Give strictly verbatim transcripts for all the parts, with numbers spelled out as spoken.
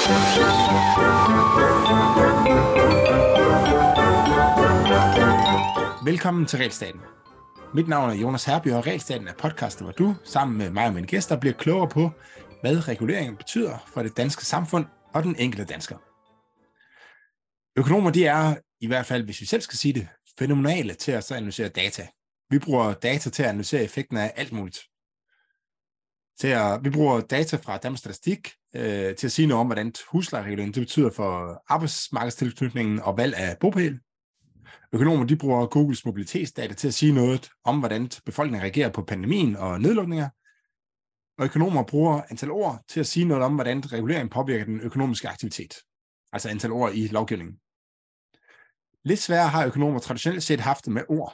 Velkommen til Realstaten. Mit navn er Jonas Herby, og Realstaten er podcastet, hvor du sammen med mig og mine gæster bliver klogere på, hvad reguleringen betyder for det danske samfund og den enkelte dansker. Økonomer, de er, i hvert fald hvis vi selv skal sige det, fænomenale til at så analysere data. Vi bruger data til at analysere effekten af alt muligt. Til at, vi bruger data fra Danmarks Statistik øh, til at sige noget om, hvordan huslejereguleringen det betyder for arbejdsmarkedstilknytningen og valg af bopæl. Økonomer de bruger Googles mobilitetsdata til at sige noget om, hvordan befolkningen reagerer på pandemien og nedlukninger. Og økonomer bruger antal ord til at sige noget om, hvordan reguleringen påvirker den økonomiske aktivitet. Altså antal ord i lovgivningen. Lidt sværere har økonomer traditionelt set haft det med ord.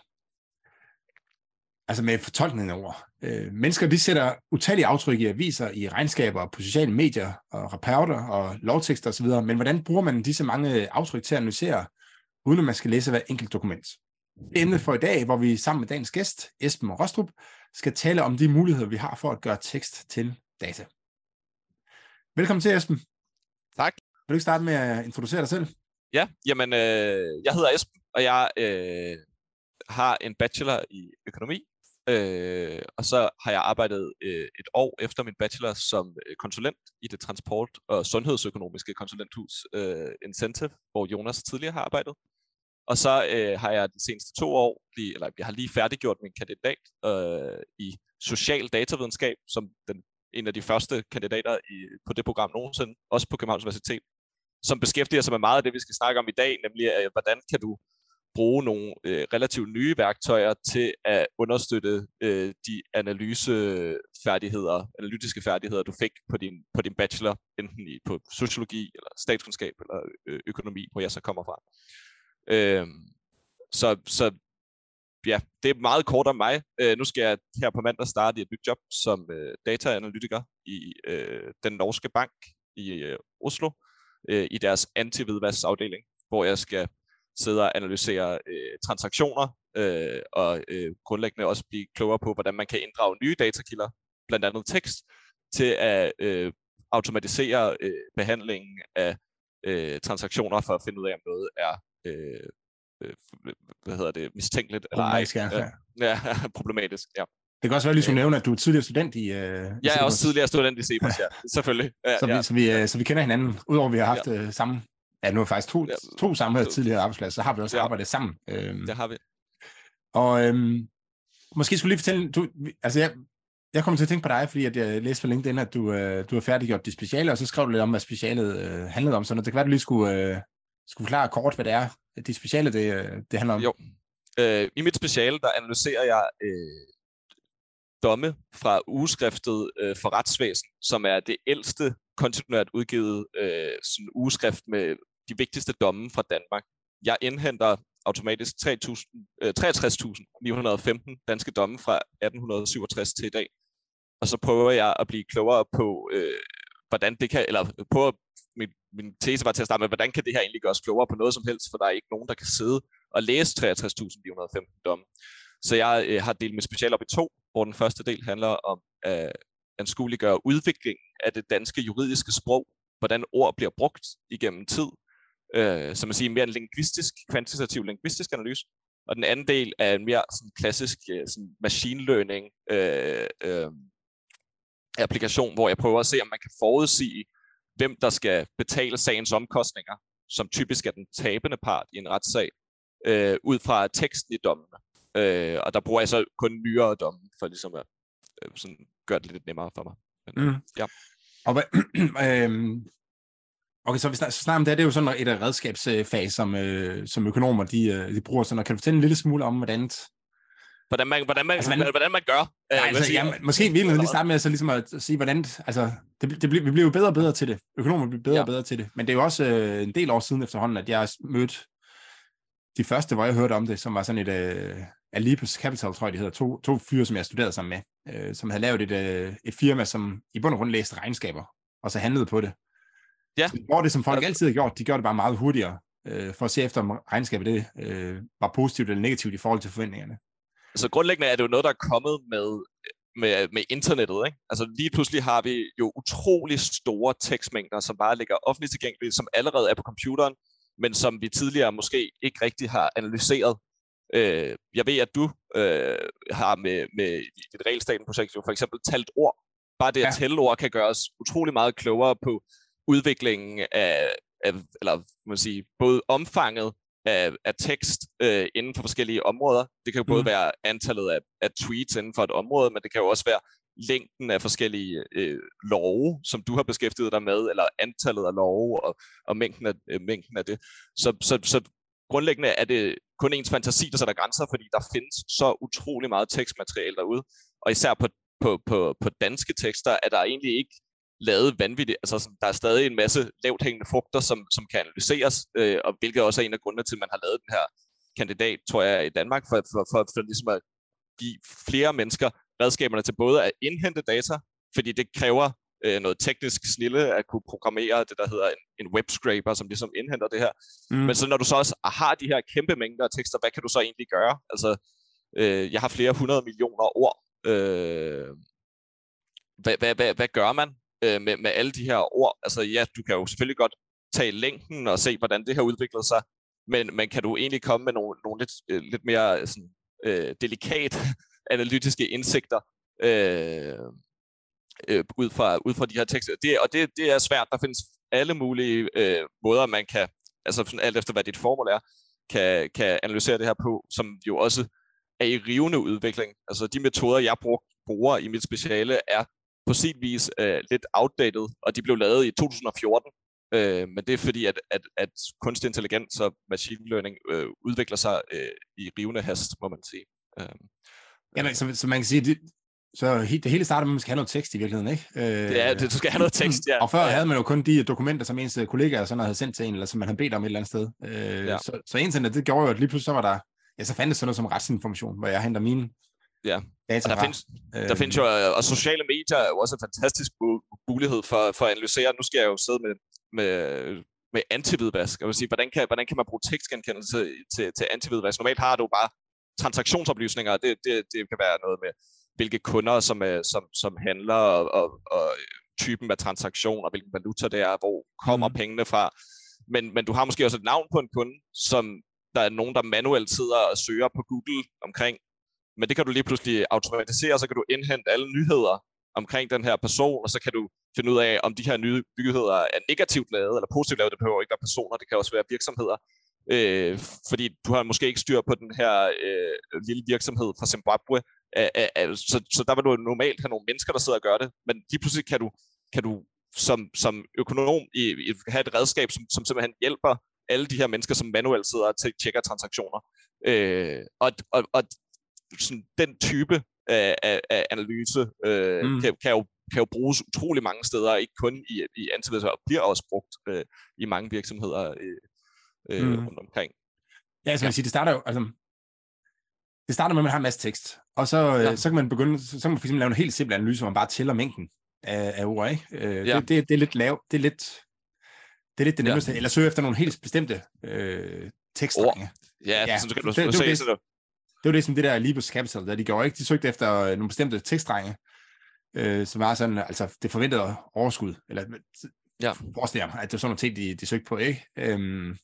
Altså med fortolkningen af ord. Øh, mennesker de sætter utallige aftryk i aviser, i regnskaber, på sociale medier, og rapporter og lovtekster osv. Men hvordan bruger man disse mange aftryk til at analysere, uden at man skal læse hver enkelt dokument? Det er emnet for i dag, hvor vi sammen med dagens gæst, Esben Rostrup, skal tale om de muligheder, vi har for at gøre tekst til data. Velkommen til, Esben. Tak. Vil du ikke starte med at introducere dig selv? Ja, jamen, øh, jeg hedder Esben, og jeg øh, har en bachelor i økonomi, øh, og så har jeg arbejdet øh, et år efter min bachelor som konsulent i det transport- og sundhedsøkonomiske konsulenthus øh, Incentive, hvor Jonas tidligere har arbejdet. Og så øh, har jeg de seneste to år, lige, eller jeg har lige færdiggjort min kandidat øh, i social datavidenskab, som den, en af de første kandidater i, på det program nogensinde, også på Københavns Universitet, som beskæftiger sig med meget af det, vi skal snakke om i dag, nemlig øh, hvordan kan du bruge nogle øh, relativt nye værktøjer til at understøtte øh, de analysefærdigheder, analytiske færdigheder, du fik på din, på din bachelor, enten i, på sociologi, eller statskundskab, eller øh, økonomi, hvor jeg så kommer fra. Øh, så, så ja, det er meget kort om mig. Øh, nu skal jeg her på mandag starte i et nyt job som øh, dataanalytiker i øh, den norske bank i øh, Oslo, øh, i deres anti-hvidvaskafdeling, hvor jeg skal sidde og analysere øh, transaktioner øh, og øh, grundlæggende også blive klogere på, hvordan man kan inddrage nye datakilder, blandt andet tekst, til at øh, automatisere øh, behandlingen af øh, transaktioner for at finde ud af, om noget er øh, øh, hvad hedder det, mistænkeligt eller ej. Ja. Ja, problematisk, ja. Det kan også være, at du skulle nævne, at du er tidligere student i... Uh, jeg er også tidligere student i Cepos, ja. Selvfølgelig. Ja, så, vi, ja. så, vi, uh, så vi kender hinanden, udover at vi har haft ja. uh, samme... Ja, nu er faktisk to, ja. to samme tidligere arbejdspladser, så har vi også ja. arbejdet sammen. Øhm, det har vi. Og øhm, måske skulle lige fortælle... Du, altså, jeg, jeg kommer til at tænke på dig, fordi at jeg læste på LinkedIn, at du, uh, du har færdiggjort dit speciale, og så skrev du lidt om, hvad specialet uh, handlede om. Så det kan være, at du lige skulle, uh, skulle forklare kort, hvad det er, dit speciale det, det handler om. Jo. Øh, I mit speciale, der analyserer jeg øh, domme fra ugeskriftet øh, for retsvæsen, som er det ældste kontinuert udgivet øh, sådan ugeskrift med de vigtigste domme fra Danmark. Jeg indhenter automatisk treogtres tusind ni hundrede og femten danske domme fra atten syvogtres til i dag. Og så prøver jeg at blive klogere på, øh, hvordan det kan, eller på min, min tese var til at starte med, hvordan kan det her egentlig gøres klogere på noget som helst, for der er ikke nogen, der kan sidde og læse treogtres tusind ni hundrede og femten domme. Så jeg øh, har delt mit speciale op i to, hvor den første del handler om at anskueliggøre udviklingen af det danske juridiske sprog, hvordan ord bliver brugt igennem tid, øh, som man siger, mere en lingvistisk, kvantitativ lingvistisk analyse. Og den anden del er en mere sådan klassisk sådan machine learning øh, øh, applikation, hvor jeg prøver at se, om man kan forudsige, hvem der skal betale sagens omkostninger, som typisk er den tabende part i en retssag, øh, ud fra teksten i dommene. Øh, og der bruger jeg så kun nyere domme, for ligesom at øh, sådan gøre det lidt nemmere for mig. Men, mm. ja. Og øh, okay, så vi snakker, så snakker om det, det er jo sådan et redskabsfag, som, øh, som økonomer de, de bruger. Så kan du fortælle en lille smule om, hvordan... Hvordan man, hvordan man, altså, hvordan, hvordan man gør. Nej, øh, altså, ja, måske vi lige starte med at, så ligesom at sige, hvordan... Altså, det, det, vi bliver jo bedre og bedre til det. Økonomer bliver bedre ja. og bedre til det. Men det er jo også øh, en del år siden efterhånden, at jeg har mødt de første, hvor jeg hørte om det, som var sådan et... Øh, Alipus Capital, tror jeg, det hedder. To, to fyre, som jeg studerede sammen med, øh, som havde lavet et, øh, et firma, som i bund og grund læste regnskaber, og så handlede på det. Ja. Så hvor det, som folk altid har gjort, de gjorde det bare meget hurtigere, øh, for at se efter, om regnskabet det, øh, var positivt eller negativt i forhold til forventningerne. Så grundlæggende er det jo noget, der er kommet med med, med internettet, ikke? Altså lige pludselig har vi jo utrolig store tekstmængder, som bare ligger offentligt tilgængelige, som allerede er på computeren, men som vi tidligere måske ikke rigtig har analyseret. Øh, jeg ved, at du øh, har med, med dit Regelstaten-projekt jo for eksempel talt ord. Bare det at ja. tælle ord kan gøre os utrolig meget klogere på udviklingen af, af eller man sige, både omfanget af, af tekst øh, inden for forskellige områder. Det kan jo både mm. være antallet af, af tweets inden for et område, men det kan jo også være længden af forskellige øh, love, som du har beskæftiget dig med, eller antallet af love og, og mængden, af, øh, mængden af det. Så, så, så grundlæggende er det kun ens fantasi, der sætter grænser, fordi der findes så utrolig meget tekstmateriale derude. Og især på, på, på, på danske tekster er der egentlig ikke lavet vanvittigt. Altså, sådan, der er stadig en masse lavt hængende frugter, som, som kan analyseres, øh, og hvilket også er en af grundene til, at man har lavet den her kandidat, tror jeg, i Danmark, for, for, for, for ligesom at give flere mennesker redskaberne til både at indhente data, fordi det kræver øh, noget teknisk snille at kunne programmere det, der hedder en, en webscraper, som ligesom indhenter det her. Mm. Men så når du så også har de her kæmpe mængder af tekster, hvad kan du så egentlig gøre? Altså, øh, jeg har flere hundrede millioner ord. Øh, hvad, hvad, hvad, hvad gør man øh, med, med alle de her ord? Altså ja, du kan jo selvfølgelig godt tage længden og se, hvordan det her udvikler sig, men, men kan du egentlig komme med nogle, nogle lidt, øh, lidt mere sådan, øh, delikat analytiske indsigter øh, øh, ud, fra, ud fra de her tekster? Det, og det, det er svært. Der findes alle mulige øh, måder, man kan, altså sådan alt efter hvad dit formål er, kan, kan analysere det her på, som jo også er i rivende udvikling. Altså de metoder, jeg bruger, bruger i mit speciale, er på sin vis øh, lidt outdated, og de blev lavet i to tusind og fjorten. Øh, men det er fordi, at, at, at kunstig intelligens og machine learning øh, udvikler sig øh, i rivende hast, må man sige. Øh, Jamen, så, så man kan sige, det, så det hele starter med, at man skal have noget tekst i virkeligheden, ikke? Øh, det er, det, du skal have noget tekst, ja. Og før ja. havde man jo kun de dokumenter, som ens kollegaer sådan havde sendt til en, eller som man havde bedt om et eller andet sted. Øh, ja. Så, så internet, det gjorde jo, at lige pludselig så var der, ja, så fandtes sådan noget som retsinformation, hvor jeg henter mine ja. data. Og der, findes, øh, der findes jo, og sociale medier er jo også en fantastisk mulighed for, for at analysere. Nu skal jeg jo sidde med, med, med anti-hvidvask. Jeg vil sige, hvordan kan, hvordan kan man bruge tekstgenkendelse til, til anti-hvidvask? Normalt har du bare transaktionsoplysninger, det, det, det kan være noget med, hvilke kunder, som, som, som handler, og, og, og typen af transaktion, og hvilken valuta det er, hvor kommer mm. pengene fra. Men, men du har måske også et navn på en kunde, som der er nogen, der manuelt sidder og søger på Google omkring. Men det kan du lige pludselig automatisere, så kan du indhente alle nyheder omkring den her person, og så kan du finde ud af, om de her nye nyheder er negativt lavet, eller positivt lavet. Det behøver ikke være personer, det kan også være virksomheder. Øh, fordi du har måske ikke styr på den her øh, lille virksomhed fra Zimbabwe. Øh, øh, så, så der vil du normalt have nogle mennesker, der sidder og gør det. Men lige pludselig kan du, kan du som, som økonom i, i, have et redskab, som, som simpelthen hjælper alle de her mennesker, som manuelt sidder og tjekker transaktioner. Øh, og og, og sådan, den type af, af, af analyse øh, mm. kan, kan, jo, kan jo bruges utrolig mange steder, ikke kun i, i antivirus, og bliver også brugt øh, i mange virksomheder øh, øh, mm. rundt omkring. Ja, jeg skal ja. sige, det starter jo, altså, det starter med, at man har en masse tekst, og så, ja. øh, så kan man begynde, så kan man for eksempel lave en helt simpel analyse, hvor man bare tæller mængden af, af ord, ikke? Øh, ja. det, det, det er lidt lavt, det er lidt det er lidt det nemmeste, ja. eller søge efter nogle helt bestemte øh, tekststrenge. Ja, ja, så kan du det, det, se det, det. Det var det, som det der Libus Capital, der de gjorde, ikke? De søgte efter nogle bestemte tekststrenge, øh, som var sådan, altså det forventede overskud, eller ja. forestil jer, at det var sådan nogle ting, de, de søgte på, ikke? Øhm,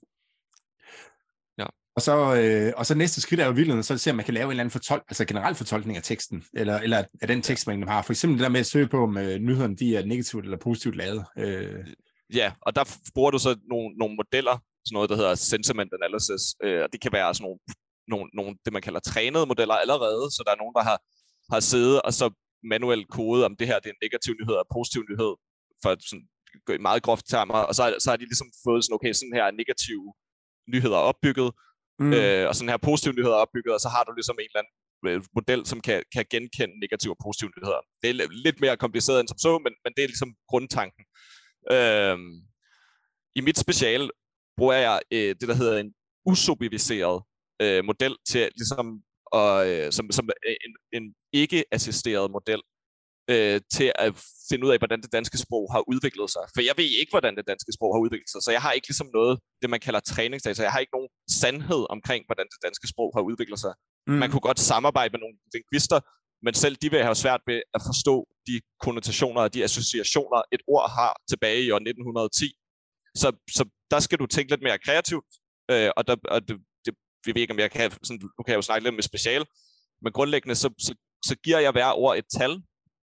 ja. Og så, øh, og så næste skridt er jo virkeligheden, så ser man kan lave en eller anden fortol- altså generel fortolkning af teksten, eller, eller af den tekstmængde, man har. For eksempel det der med at søge på, om øh, nyhederne de er negativt eller positivt lavet. Øh. Ja, og der bruger du så nogle, nogle modeller, sådan noget, der hedder sentiment analysis, øh, og det kan være sådan nogle Nogle, nogle, det man kalder trænede modeller allerede, så der er nogen, der har, har siddet og så manuelt kodet, om det her det er en negativ nyhed og en positiv nyhed, for sådan meget groft termer, og så, så har de ligesom fået sådan, okay, sådan her er negative nyheder opbygget, mm. øh, og sådan her positive nyheder opbygget, og så har du ligesom en eller anden model, som kan, kan genkende negative og positive nyheder. Det er lidt mere kompliceret end som så, men, men det er ligesom grundtanken. Øh, I mit speciale bruger jeg øh, det, der hedder en usuperviseret Øh, model til ligesom og, øh, som, som en, en ikke-assisteret model øh, til at finde ud af, hvordan det danske sprog har udviklet sig. For jeg ved ikke, hvordan det danske sprog har udviklet sig, så jeg har ikke ligesom noget, det man kalder træningsdata. Jeg har ikke nogen sandhed omkring, hvordan det danske sprog har udviklet sig. Mm. Man kunne godt samarbejde med nogle lingvister, men selv de vil have svært ved at forstå de konnotationer og de associationer, et ord har tilbage i år nitten ti. Så, så der skal du tænke lidt mere kreativt, øh, og, der, og det, det, vi ved ikke, om jeg kan, sådan, nu kan jeg jo snakke lidt med special, men grundlæggende, så, så, så giver jeg hver ord et tal,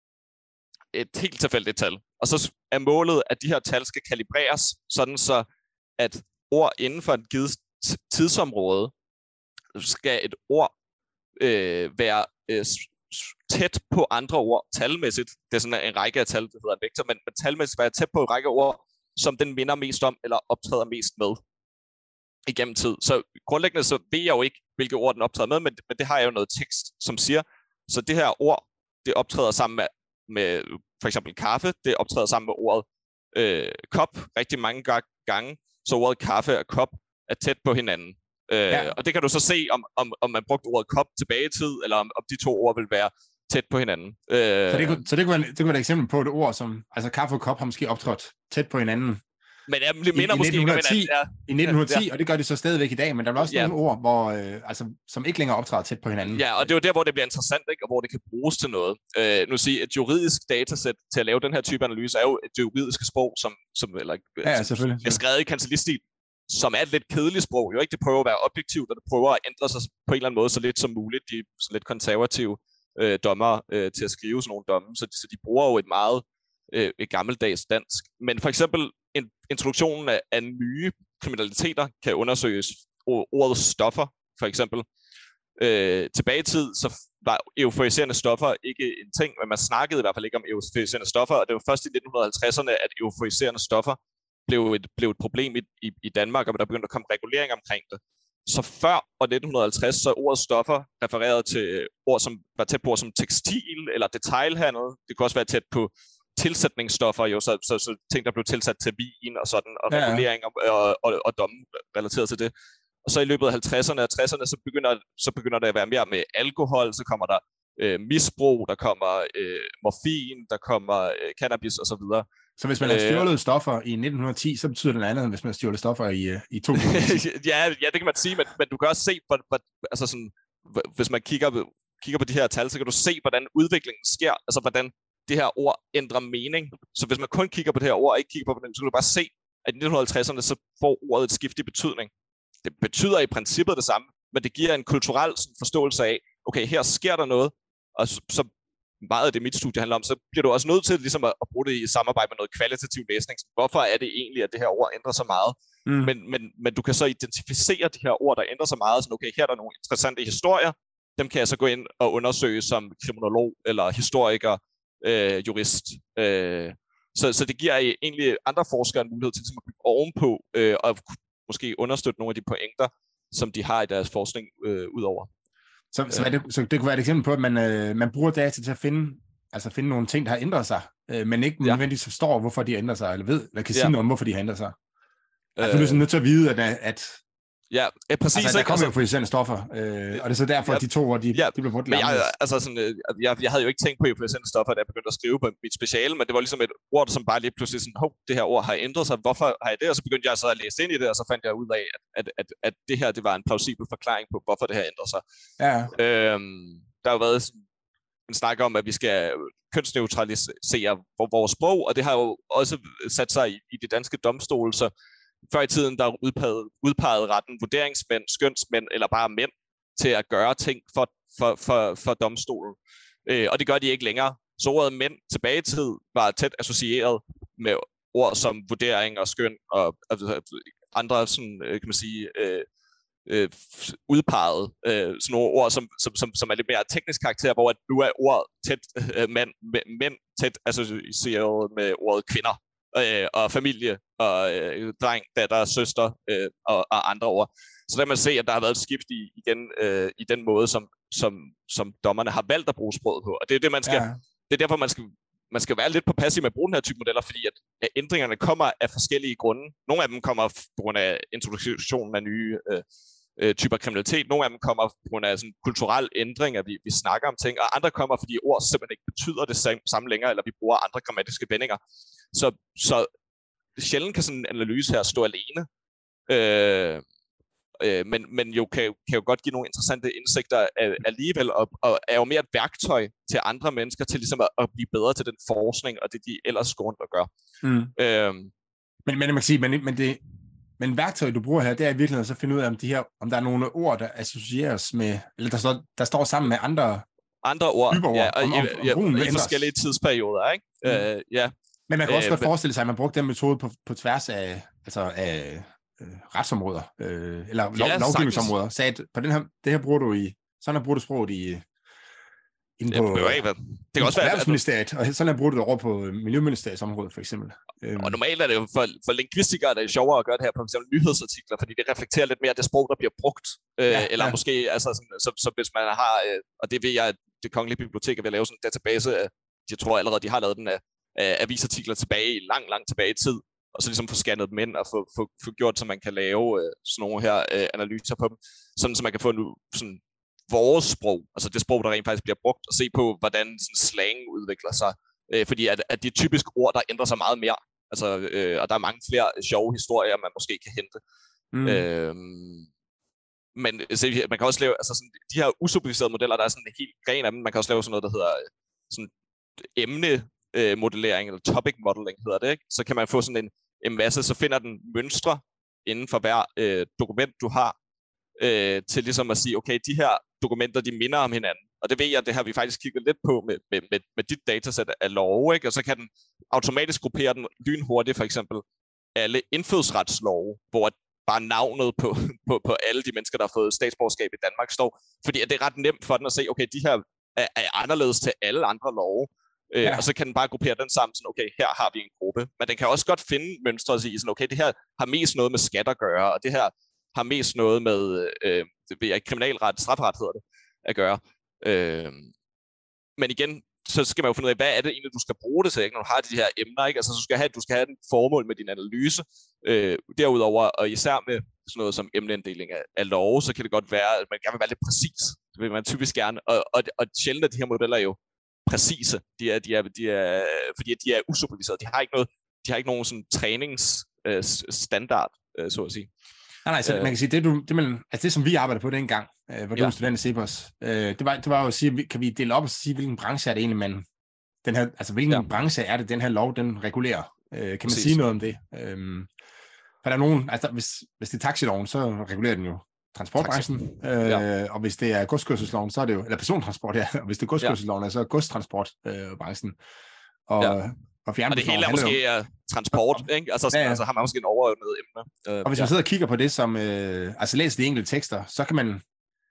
et helt tilfældigt tal, og så er målet, at de her tal skal kalibreres, sådan så, at ord inden for et givet tidsområde, skal et ord øh, være øh, tæt på andre ord, talmæssigt. Det er sådan en række af tal, det hedder en vektor, men, men talmæssigt være tæt på en række ord, som den minder mest om, eller optræder mest med igennem tid. Så grundlæggende så ved jeg jo ikke, hvilke ord den optræder med, men, men det har jeg jo noget tekst, som siger, så det her ord, det optræder sammen med, med for eksempel kaffe, det optræder sammen med ordet øh, kop rigtig mange gange, så ordet kaffe og kop er tæt på hinanden. Øh, ja. Og det kan du så se, om, om, om man brugte ordet kop tilbage i tid, eller om, om de to ord vil være tæt på hinanden. Øh, så det kunne, så det kunne, være, det kunne være et eksempel på et ord, som altså kaffe og kop har måske optrådt tæt på hinanden. Men jeg mener I, måske i nitten ti, ikke, at, ja. I nitten ti, ja. Og det gør det så stadigvæk i dag, men der er også ja. nogle ord, hvor, øh, altså, som ikke længere optræder tæt på hinanden. Ja, og det er jo der, hvor det bliver interessant, ikke? Og hvor det kan bruges til noget. Øh, nu sige, et juridisk datasæt til at lave den her type analyse er jo et juridisk sprog, som, som eller, ja, ja, selvfølgelig. er skrevet i kancelistil, som er et lidt kedeligt sprog. Jo ikke, det prøver at være objektivt, og det prøver at ændre sig på en eller anden måde så lidt som muligt. De er så lidt konservative øh, dommer øh, til at skrive sådan nogle domme, så de, så de bruger jo et meget øh, et gammeldags dansk. Men for eksempel en, introduktionen af, af nye kriminaliteter kan undersøges. Ordet stoffer, for eksempel. Øh, tilbage i tid, så var euforiserende stoffer ikke en ting, men man snakkede i hvert fald ikke om euforiserende stoffer, og det var først i nitten halvtredserne, at euforiserende stoffer blev et, blev et problem i, i, i Danmark, og der begyndte at komme regulering omkring det. Så før år nitten halvtreds, så ordet stoffer refereret til ord, som var tæt på ord som tekstil eller detailhandel. Det kunne også være tæt på tilsætningsstoffer, jo, så, så, så ting, der blev tilsat til vin og sådan, og ja, regulering og, og, og, og domme relateret til det. Og så i løbet af halvtredserne og tresserne, så begynder, så begynder der at være mere med alkohol, så kommer der øh, misbrug, der kommer øh, morfin, der kommer øh, cannabis og så videre. Så hvis man har stjålet stoffer i nitten ti, så betyder det noget andet, end hvis man har stjålet stoffer i, i to tusind og ti. ja, ja, det kan man sige, men, men du kan også se, hvor, hvor, altså sådan, hvis man kigger, kigger på de her tal, så kan du se, hvordan udviklingen sker, altså hvordan det her ord ændrer mening. Så hvis man kun kigger på det her ord, og ikke kigger på det, så kan du bare se, at i nitten halvtredserne, så får ordet et skift i betydning. Det betyder i princippet det samme, men det giver en kulturel sådan, forståelse af, okay, her sker der noget, og så, så meget af det, mit studie handler om, så bliver du også nødt til ligesom at, at bruge det i samarbejde med noget kvalitativ læsning. Hvorfor er det egentlig, at det her ord ændrer så meget? Mm. Men, men, men du kan så identificere de her ord, der ændrer så meget, sådan, okay, her er der nogle interessante historier, dem kan jeg så gå ind og undersøge som kriminolog, eller historiker, øh, jurist. Øh, så, så det giver egentlig andre forskere en mulighed til at bygge ovenpå, øh, og måske understøtte nogle af de pointer, som de har i deres forskning øh, udover. Så, så, det, så det kunne være et eksempel på, at man, øh, man bruger data til at finde, altså finde nogle ting, der har ændret sig, øh, men ikke ja. nødvendigvis forstår, hvorfor de har ændret sig, eller ved, eller kan sige ja. noget om, hvorfor de har ændret sig. Altså, øh, du er sådan nødt til at vide, at, at ja, præcis. Altså, der kommer jo euforiserende stoffer, øh, og det er så derfor, ja, at de to ord, de, ja, de blev brugt men jeg, altså sådan, jeg, jeg havde jo ikke tænkt på euforiserende stoffer, da jeg begyndte at skrive på mit speciale, men det var ligesom et ord, som bare lige pludselig sådan, hov, det her ord har ændret sig, hvorfor har jeg det? Og så begyndte jeg så at læse ind i det, og så fandt jeg ud af, at, at, at, at det her, det var en plausibel forklaring på, hvorfor det her ændrer sig. Ja. Øhm, der har jo været sådan en snak om, at vi skal kønsneutralisere vores sprog, og det har jo også sat sig i, i de danske domstole, så før i tiden, der udpegede, udpegede retten vurderingsmænd, skønsmænd eller bare mænd til at gøre ting for, for, for, for domstolen. Øh, og det gør de ikke længere. Så ordet mænd tilbage i tid var tæt associeret med ord som vurdering og skøn og, og andre sådan, kan man sige, øh, øh, udpegede øh, sådan nogle ord, som, som, som, som er lidt mere teknisk karakter, hvor at nu er ordet tæt, øh, mænd, mænd tæt associeret med ordet kvinder. Øh, og familie, og øh, dreng, datter, søster øh, og, og andre ord. Så der kan man se, at der har været et skift i, igen, øh, i den måde, som, som, som dommerne har valgt at bruge sproget på. Og det er det, man skal, ja. det er derfor, man skal, man skal være lidt påpasselig med at bruge den her type modeller, fordi at, at ændringerne kommer af forskellige grunde. Nogle af dem kommer på grund af introduktionen af nye øh, øh, typer kriminalitet. Nogle af dem kommer på grund af sådan kulturel ændring, at vi, vi snakker om ting, og andre kommer, fordi ord simpelthen ikke betyder det samme længere, eller vi bruger andre grammatiske vendinger. Så, så sjældent kan sådan en analyse her stå alene. Øh, øh, men, men jo kan, kan jo godt give nogle interessante indsigter alligevel, og, og er jo mere et værktøj til andre mennesker, til ligesom at, at blive bedre til den forskning, og det de ellers går rundt og gør. Mm. Øhm, men, men, man kan sige, men, men, det, men værktøj, du bruger her, det er i virkeligheden så at finde ud af, om, de her, om der er nogle ord, der associeres med, eller der står, der står sammen med andre Andre ord, ord, ja, og om, om, ja, om i forskellige tidsperioder, ikke? Mm. Øh, ja. Men man kan også øh, godt men... forestille sig, at man brugte den metode på, på tværs af, altså af øh, retsområder, øh, eller lov, ja, lovgivningsområder. Så at på den her, det her bruger du i, sådan her bruger du sproget i, inde på, det, ikke, det kan også være Erhvervsministeriet, og sådan her bruger du det over på Miljøministeriets område, for eksempel. Og normalt er det jo for, for lingvistikere, der er sjovere at gøre det her på eksempel nyhedsartikler, fordi det reflekterer lidt mere det sprog, der bliver brugt. Øh, ja, eller ja. måske, altså sådan, så, så hvis man har, øh, og det ved jeg, at det kongelige bibliotek er ved at lave sådan en database af, jeg tror allerede, de har lavet den af, af avisartikler tilbage, langt, langt tilbage i tid, og så ligesom få scannet dem ind og få, få, få gjort, så man kan lave øh, sådan nogle her øh, analyser på dem, sådan så man kan få nu sådan vores sprog, altså det sprog, der rent faktisk bliver brugt, og se på, hvordan sådan slang udvikler sig. Øh, fordi at, at det er typisk ord, der ændrer sig meget mere. Altså, øh, og der er mange flere sjove historier, man måske kan hente. Mm. Øh, men så, man kan også lave, altså sådan, de her usofistikerede modeller, der er sådan en helt gren af dem. Man kan også lave sådan noget, der hedder sådan emnemodellering, eller topic modeling hedder det, ikke? Så kan man få sådan en, en masse, så finder den mønstre inden for hver øh, dokument, du har, øh, til ligesom at sige, okay, de her dokumenter, de minder om hinanden. Og det ved jeg, det har vi faktisk kigget lidt på med, med, med, med dit datasæt af love, ikke? Og så kan den automatisk gruppere den lynhurtigt, for eksempel alle indfødsretslove, hvor bare navnet på, på, på alle de mennesker, der har fået statsborgerskab i Danmark står. Fordi det er ret nemt for den at se, okay, de her er, er anderledes til alle andre love. Ja. Øh, og så kan den bare gruppere den sammen, sådan, okay, her har vi en gruppe. Men den kan også godt finde mønstre og sige, sådan, okay, det her har mest noget med skat at gøre, og det her har mest noget med øh, det ved jeg, kriminalret, strafferet hedder det, at gøre. Øh, men igen, så skal man jo finde ud af, hvad er det egentlig, du skal bruge det til, ikke? Når du har de her emner, ikke? Altså, du skal have, du skal have den formål med din analyse. Øh, derudover, og især med sådan noget som emneinddeling af, af love, så kan det godt være, at man gerne vil være lidt præcis. Det vil man typisk gerne. Og, og, og sjældent, at de her modeller er jo præcise. De er, de er, de er, fordi de er usuperviserede. De har ikke noget, de har ikke nogen sådan træningsstandard, øh, så at sige. Nej, nej, så man kan sige, det, du, det, man, altså det som vi arbejder på dengang, øh, hvor du ja. var student i CEPOS, øh, det, var, det var jo at sige, kan vi dele op og sige, hvilken branche er det egentlig, man, den her, altså hvilken ja. branche er det, den her lov, den regulerer? Øh, kan man Præcis. sige noget om det? Øh, for der er nogen, altså hvis, hvis det er taxiloven, så regulerer den jo transportbranchen, øh, ja. og hvis det er godskørselsloven, så er det jo, eller persontransport, ja, og hvis det er godskørselsloven, ja. så er godstransportbranchen. Øh, og ja. Og, og det hele er måske er transport, ikke? Altså, ja, ja. altså har man måske en overordnet emne. Uh, og hvis ja. man sidder og kigger på det, som øh, altså læser de enkelte tekster, så kan man,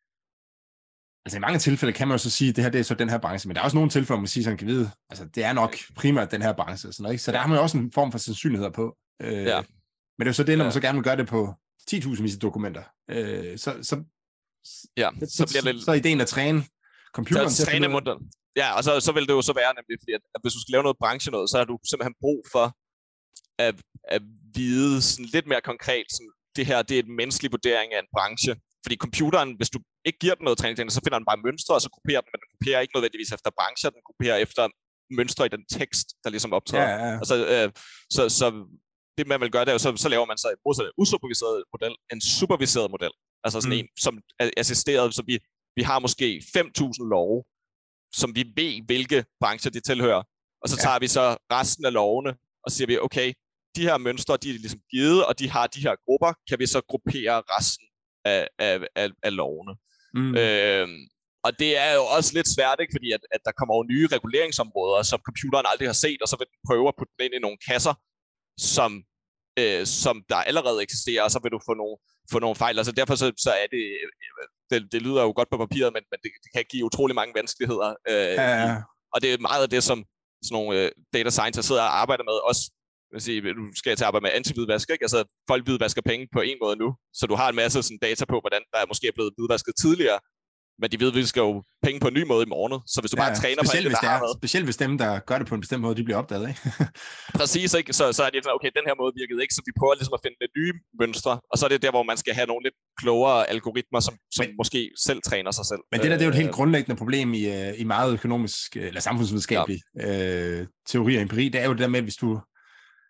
altså i mange tilfælde kan man jo så sige, at det her det er så den her branche, men der er også nogle tilfælde, hvor man siger, sådan kan vide, altså det er nok primært den her branche, og sådan noget, ikke? Så der har man jo også en form for sandsynligheder på. Øh, ja. Men det er jo så det, når man ja. så gerne vil gøre det på ti tusind vis af dokumenter, øh, så, så, ja, så, så, bliver det... så, så er ideen at træne computeren til at træne modellen. Ja, og så, så vil det jo så være nemlig, fordi at, at hvis du skal lave noget branche noget, så har du simpelthen brug for at, at vide sådan lidt mere konkret, sådan, det her det er en menneskelig vurdering af en branche. Fordi computeren, hvis du ikke giver den noget træning, så finder den bare mønstre, og så kopierer den, men den kopierer ikke nødvendigvis efter brancher, den kopierer efter mønstre i den tekst, der ligesom optræder. Ja, ja, ja. Altså, øh, så, så det man vil gøre, det er jo, så, så laver man så et modsat usuperviseret model, en superviseret model. Altså sådan mm. en, som er assisteret, så vi, vi har måske fem tusind love, som vi ved, hvilke brancher de tilhører. Og så tager ja. vi så resten af lovene, og siger vi, okay, de her mønstre, de er ligesom givet, og de har de her grupper, kan vi så gruppere resten af, af, af, af lovene. Mm. Øhm, og det er jo også lidt svært, ikke? Fordi at, at der kommer jo nye reguleringsområder, som computeren aldrig har set, og så vil den prøve at putte den ind i nogle kasser, som, øh, som der allerede eksisterer, og så vil du få nogle, få nogle fejl. Altså derfor så, så er det... Det, det lyder jo godt på papiret, men, men det, det kan give utrolig mange vanskeligheder. Øh, ja, ja. Og det er meget af det, som sådan nogle øh, data scientists sidder og arbejder med. Også, vil sige, nu skal jeg til at arbejde med anti-hvidvask, ikke? Altså, folk hvidvasker penge på en måde nu, så du har en masse sådan, data på, hvordan der er måske er blevet hvidvasket tidligere, men de ved, at vi skal jo penge på en ny måde i morgen. Så hvis du ja, bare træner på alt det, der har noget... Specielt hvis dem, der gør det på en bestemt måde, de bliver opdaget, ikke? Præcis, ikke? Så, så er det sådan, okay, den her måde virkede ikke, så vi prøver ligesom at finde lidt nye mønstre, og så er det der, hvor man skal have nogle lidt klogere algoritmer, som, som men, måske selv træner sig selv. Men det der, det er jo et helt grundlæggende problem i, i meget økonomisk, eller samfundsvidenskabelig ja. øh, teori og empiri, det er jo det der med, hvis du...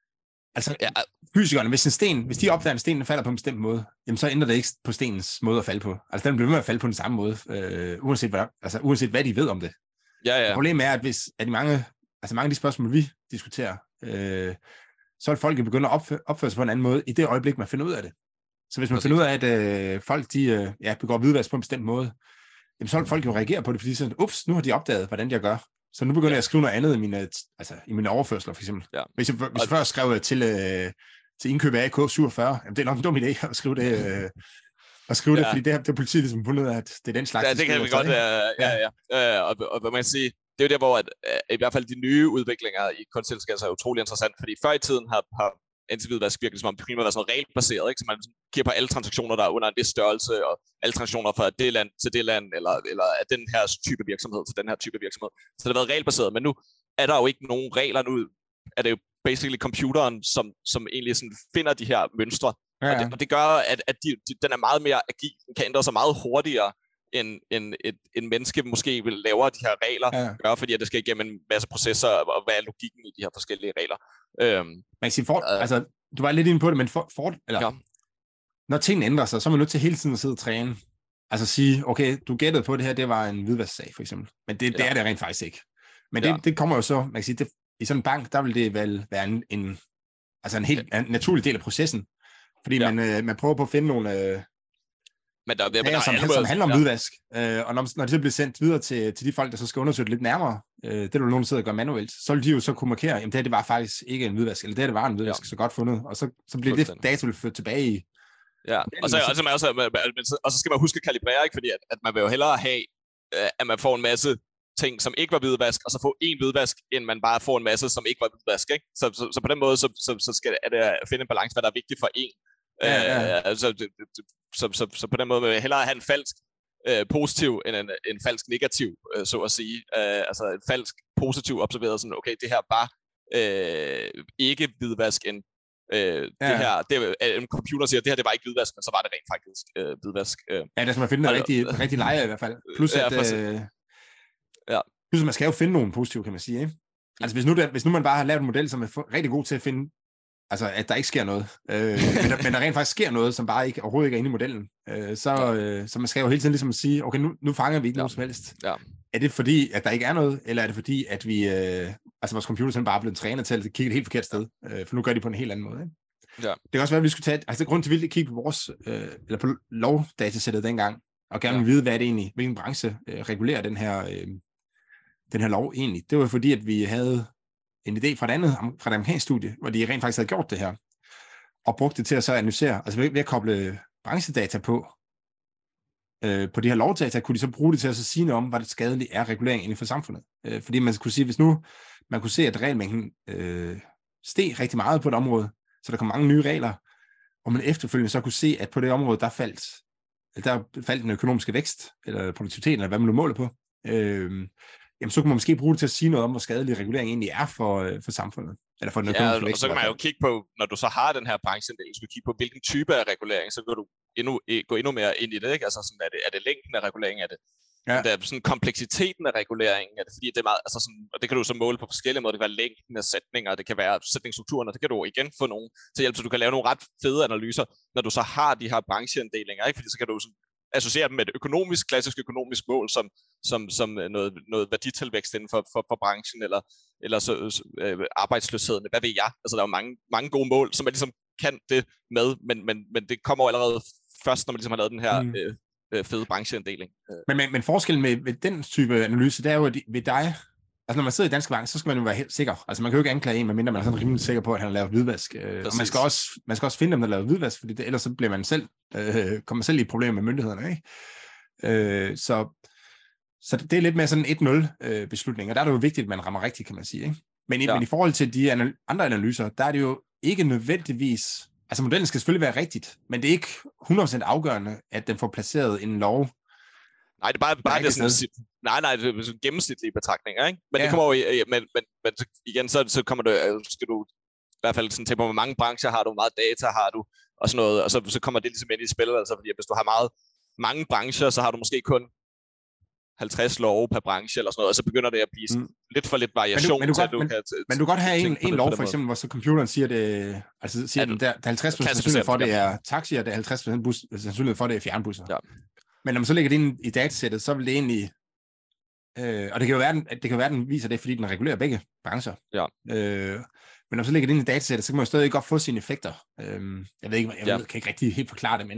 Altså, ja. Fysikerne, hvis en sten, hvis de opdager, at stenen falder på en bestemt måde, jamen så ændrer det ikke på stenens måde at falde på. Altså, den bliver ved med at falde på den samme måde, øh, uanset, hvad, altså, uanset hvad de ved om det. Ja, ja. Problemet er, at hvis at de mange, altså mange af de spørgsmål, vi diskuterer, øh, så vil folk begynde at opføre, opføre sig på en anden måde i det øjeblik, man finder ud af det. Så hvis man Præcis. finder ud af, at øh, folk de, øh, ja, begår hvidvask på en bestemt måde, jamen, så vil folk jo reagere på det, fordi sådan, ups, nu har de opdaget, hvordan de gør. Så nu begynder ja. jeg at skrive noget andet i mine, altså, i mine overførsler, for eksempel. Ja. Hvis jeg, hvis jeg først skrev til, øh, til indkøb af A K syvogfyrre, jamen, det er nok en dum idé at skrive det, øh, at skrive ja. det fordi det, det er politiet ligesom fundet ud af, at det er den slags. Ja, det kan vi godt, ja, ja, ja. ja. Og, og, og hvad man siger, det er jo der, hvor at, at, i hvert fald de nye udviklinger i kunstig intelligens er utrolig interessant, fordi før i tiden har, har anti-hvidvask virkelig som om det primært var sådan regelbaseret, ikke? Så man kigger på alle transaktioner, der er under en vis størrelse, og alle transaktioner fra det land til det land, eller, eller af den her type virksomhed til den her type virksomhed. Så det har været regelbaseret, men nu er der jo ikke nogen regler. Nu er det jo basically computeren, som, som egentlig sådan finder de her mønstre. Ja, ja. Og, det, og det gør, at, at de, de, den er meget mere agil. Den kan ændre sig meget hurtigere, end, end et, en menneske måske vil lave de her regler, ja. gør, fordi at det skal igennem en masse processer, og hvad er logikken i de her forskellige regler. Øhm, Man kan sige, for, øh, altså, du var lidt inde på det, men for, for, eller, ja. når tingene ændrer sig, så er man nødt til hele tiden at sidde og træne. Altså sige, okay, du gættede på det her, det var en hvidvasksag, for eksempel. Men det, ja. det er det rent faktisk ikke. Men det, ja. det kommer jo så, man kan sige, det, i sådan en bank, der vil det vel være en, en, altså en helt en naturlig del af processen. Fordi ja. man, øh, man prøver på at finde nogle... Øh, Men der, der, der, som, som, som handler om ja. hvidvask, øh, og når, når det så bliver sendt videre til, til de folk, der så skal undersøge det lidt nærmere, øh, det er der nogen, der sidder og gør manuelt, så vil de jo så kunne markere, jamen det her, det var faktisk ikke en hvidvask, eller det her, det var en hvidvask, ja. så godt fundet, og så, så bliver det data vil ført tilbage i. Ja, og så, og, så, også, og så skal man huske at kalibrere, ikke? Fordi at, at man vil jo hellere have, at man får en masse ting, som ikke var hvidvask, og så få én hvidvask, end man bare får en masse, som ikke var hvidvask, ikke? Så, så, så på den måde, så, så, så skal er det at finde en balance, hvad der er vigtigt for én. Ja, ja. Øh, altså, så, så, så på den måde vil jeg hellere have en falsk øh, positiv end en, en falsk negativ, øh, så at sige. Øh, altså en falsk positiv observeret, sådan, okay, det her bare øh, ikke hvidvask, end øh, ja. det her, det, en computer siger, det her det var ikke hvidvask, men så var det rent faktisk øh, hvidvask. Øh. Ja, der skal man finde en rigtig, rigtig leje i hvert fald. Plus, at, ja, øh, ja. plus at man skal jo finde nogle positive, kan man sige. Ikke? Altså hvis nu, der, hvis nu man bare har lavet en model, som er rigtig god til at finde, altså, at der ikke sker noget. Øh, men, der, men der rent faktisk sker noget, som bare ikke, overhovedet ikke er inde i modellen. Øh, så, øh, så man skal jo hele tiden ligesom sige, okay, nu, nu fanger vi ikke ja. noget som helst. Ja. Er det fordi, at der ikke er noget, eller er det fordi, at vi, øh, altså vores computer sådan bare er blevet trænet til at kigge et helt forkert sted? Øh, for nu gør de på en helt anden måde. Ikke? Ja. Det kan også være, at vi skulle tage, altså grund til, at vi kigge på vores, øh, eller på lovdatasættet dengang, og gerne vil ja. vide, hvad er det egentlig, hvilken branche øh, regulerer den her, øh, den her lov egentlig. Det var fordi, at vi havde en idé fra et andet, fra et amerikansk studie, hvor de rent faktisk havde gjort det her, og brugt det til at så analysere, altså ved, ved at koble branchedata på, øh, på de her lovdata, kunne de så bruge det til at så sige noget om, hvad det skadelige er regulering inden for samfundet. Øh, fordi man kunne sige, hvis nu man kunne se, at regelmængden øh, steg rigtig meget på et område, så der kom mange nye regler, og man efterfølgende så kunne se, at på det område, der faldt, der faldt den økonomiske vækst, eller produktiviteten, eller hvad man nu måler på, øh, jamen så kunne man måske bruge det til at sige noget om, hvor skadelig regulering egentlig er for, for samfundet, eller for den økonomiske ja, vækst. Og så kan man jo kigge på, når du så har den her brancheinddeling, så kan du kigge på, hvilken type af regulering, så kan du endnu, gå endnu mere ind i det, ikke? Altså sådan, er det, er det længden af reguleringen, er det, ja. er det sådan kompleksiteten af reguleringen, er det fordi, det er meget, altså sådan, og det kan du så måle på forskellige måder, det kan være længden af sætninger, det kan være sætningsstrukturen, og det kan du igen få nogen til hjælp, så du kan lave nogle ret fede analyser, når du så har de her brancheinddelinger, ikke? Fordi så kan du sådan associere dem med et økonomisk, klassisk økonomisk mål, som, som, som noget, noget værditilvækst inden for, for, for branchen, eller, eller så, øh, arbejdsløsheden, hvad ved jeg? Altså, der er jo mange, mange gode mål, som man ligesom kan det med, men, men, men det kommer jo allerede først, når man ligesom har lavet den her mm. øh, øh, fede brancheinddeling. Men, men, men forskellen med, med den type analyse, det er jo, at ved dig, altså når man sidder i Danske Bank, så skal man jo være helt sikker. Altså man kan jo ikke anklage en, medmindre man er sådan rimelig sikker på, at han har lavet hvidvask. Øh, og man skal, også, man skal også finde dem, der har lavet hvidvask, fordi det, ellers så bliver man selv, øh, kommer selv i et problem med myndighederne. Ikke? Øh, så, så det er lidt mere sådan en et nul øh, beslutning, og der er det jo vigtigt, at man rammer rigtigt, kan man sige. Ikke? Men, i, ja. men i forhold til de anal- andre analyser, der er det jo ikke nødvendigvis, altså modellen skal selvfølgelig være rigtigt, men det er ikke hundrede procent afgørende, at den får placeret en lov. Nej, det er bare, bare det sådan, nej, nej, det er sådan gennemsnitlige betragtninger, ikke? Men ja. det kommer jo, men, men, men igen, så, så kommer du, skal du i hvert fald sådan tænke på, hvor mange brancher har du, hvor meget data har du, og sådan noget, og så, så kommer det ligesom ind i spil, altså fordi hvis du har meget, mange brancher, så har du måske kun halvtreds love per branche eller sådan noget, og så begynder det at blive mm. lidt for lidt variation men du, men du til, godt, at du men, kan... Men du kan godt have en, en lov, for eksempel, måde. hvor så computeren siger, det, altså siger ja, den, der, der er halvtreds procent sandsynlighed for, det er taxier, der er halvtreds procent sandsynlighed for, det er fjernbusser. Ja. Men når man så lægger det ind i datasættet, så vil det egentlig... Øh, og det kan jo være, at det kan være, den viser det, fordi den regulerer begge brancher. Ja. Øh, men når man så lægger det ind i datasættet, så kan man jo stadig godt få sine effekter. Øh, jeg ved ikke, jeg ja. ved, kan ikke rigtig helt forklare det, men...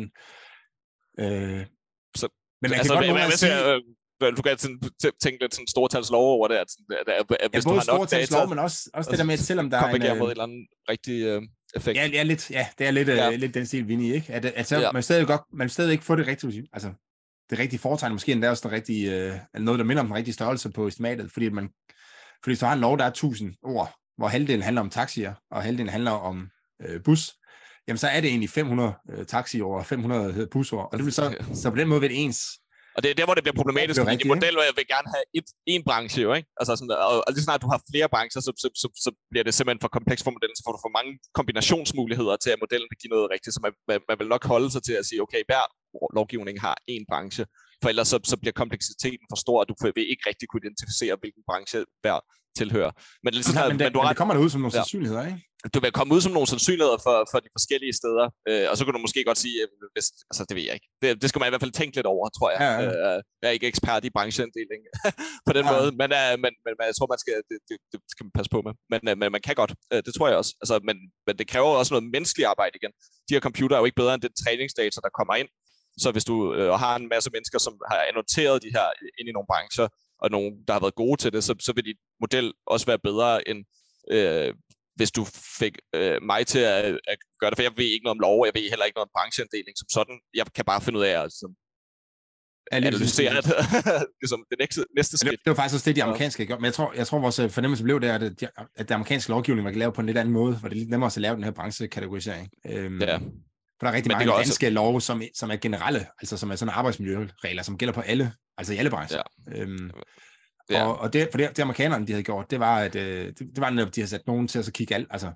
Øh, så, men man altså, kan godt hvad, sige... Øh, du kan tænke lidt sådan stortalslov over det, at, at, at, at hvis ja, du har nok data... Lov, men også, også det der med, at selvom der er en... Kommer mod en eller anden rigtig øh, effekt. Ja, ja, lidt, ja, det er lidt, ja. øh, lidt den stil, vi er i, ikke? At, at så ja. man stadig godt, man stadig ikke får det rigtige, altså det rigtige foretegn, måske endda også den rigtige, øh, noget, der minder om den rigtige størrelse på estimatet, fordi man, fordi hvis du har en lov, der er tusind ord, hvor halvdelen handler om taxier, og halvdelen handler om øh, bus, jamen så er det egentlig fem hundrede øh, taxier og fem hundrede busord, og det vil så, så på den måde vil det ens. Og det er der, hvor det bliver problematisk, det fordi rigtigt, i model vil gerne have et, en branche jo, ikke? Altså sådan, og, og lige snart du har flere brancher, så, så, så, så bliver det simpelthen for kompleks for modellen, så får du for mange kombinationsmuligheder til, at modellen kan give noget rigtigt, så man, man, man vil nok holde sig til at sige, okay, hver lovgivning har en branche, for ellers så, så bliver kompleksiteten for stor, og du vil ikke rigtig kunne identificere, hvilken branche hver tilhører. Men, lige sådan, men, det, men, du men det kommer der ud som nogle ja. sandsynligheder, ikke? Du vil komme ud som nogle sandsynligheder for, for de forskellige steder, øh, og så kan du måske godt sige, hvis, altså det ved jeg ikke. Det, det skal man i hvert fald tænke lidt over, tror jeg. Ja, ja. Øh, jeg er ikke ekspert i brancheinddeling på den ja. måde, men, øh, men, men jeg tror, man skal, det, det, det skal man passe på med. Men, øh, men man kan godt, øh, det tror jeg også. Altså, men, men det kræver også noget menneskeligt arbejde igen. De her computer er jo ikke bedre end den træningsdata, der kommer ind. Så hvis du øh, har en masse mennesker, som har annoteret de her ind i nogle brancher, og nogen, der har været gode til det, så, så vil dit model også være bedre end øh, hvis du fik øh, mig til at, at gøre det, for jeg ved ikke noget om lov, jeg ved heller ikke noget om brancheinddeling som sådan. Jeg kan bare finde ud af at altså, analysere det, ligesom det næste, næste skridt. Det, det var faktisk også det, de amerikanske gjorde, men jeg tror, jeg tror vores fornemmelse blev det, at, de, at den amerikanske lovgivning var lavet på en lidt anden måde, hvor det er lidt nemmere at lave den her branchekategorisering. Øhm, ja. For der er rigtig men mange danske også... love, som, som er generelle, altså som er sådan arbejdsmiljøregler, som gælder på alle, altså i alle brancher. Ja. Øhm, Ja. Og, og det, for det, det amerikanerne, de havde gjort, det var, at øh, det, det var, at de havde sat nogen til at så kigge alt, altså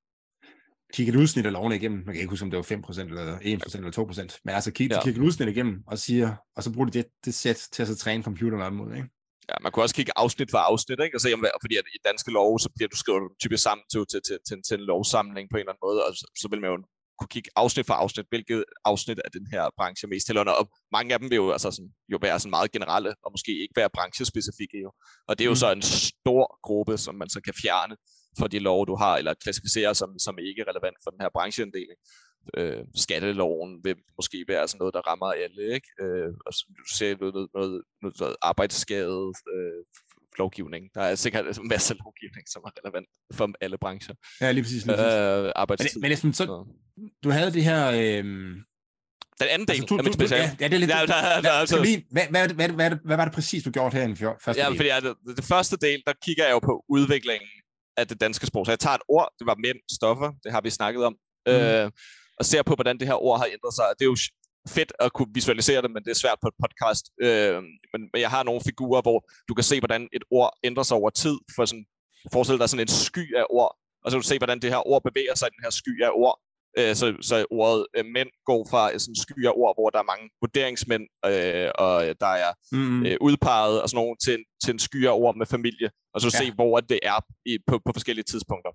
kigge et udsnit af lovene igennem. Man kan ikke huske, om det var fem procent eller en procent eller to procent, men altså kigge, ja. kigge et udsnit igennem og siger, og så bruger de det, det sæt til at så træne computeren op mod, ikke? Ja, man kunne også kigge afsnit for afsnit, ikke? Og se, om, fordi at i danske love, så bliver du skrevet typisk sammen til, til, til, til, til en lovsamling på en eller anden måde, og så, så vil man jo kunne kigge afsnit for afsnit, hvilket afsnit af den her branche mest tilhørende, og mange af dem vil jo, altså sådan, jo være sådan meget generelle, og måske ikke være branchespecifikke jo. Og det er jo mm. så en stor gruppe, som man så kan fjerne for de love, du har, eller klassificere som, som ikke er relevant for den her brancheinddeling. Øh, skatteloven vil måske være sådan noget, der rammer alle, ikke? Øh, og så du ser noget, noget, noget, noget arbejdsskade, øh, lovgivning. Der er sikkert en masse lovgivning, som er relevant for alle brancher. Ja, lige præcis. Lige præcis. Øh, arbejdstid. Men, men så, du havde det her... Øh... Den anden del altså, du, af mit speciale. Ja, ja, det er lidt... Ja, der, der, der, altså... lige, hvad, hvad, hvad, hvad, hvad var det præcis, du gjorde her i den første ja, del? Fordi, ja, det, det første del, der kigger jeg jo på udviklingen af det danske sprog. Så jeg tager et ord, det var mænd, stoffer, det har vi snakket om, mm. øh, og ser på, hvordan det her ord har ændret sig. Det er jo fedt at kunne visualisere det, men det er svært på et podcast. Øh, men, men jeg har nogle figurer, hvor du kan se, hvordan et ord ændrer sig over tid. For sådan, forestil dig sådan en sky af ord, og så kan du se, hvordan det her ord bevæger sig i den her sky af ord. Øh, så, så ordet øh, mænd går fra sådan en sky af ord, hvor der er mange vurderingsmænd, øh, og der er mm. øh, udpeget og sådan nogle, til, en, til en sky af ord med familie, og så ja. se, hvor det er i, på, på forskellige tidspunkter.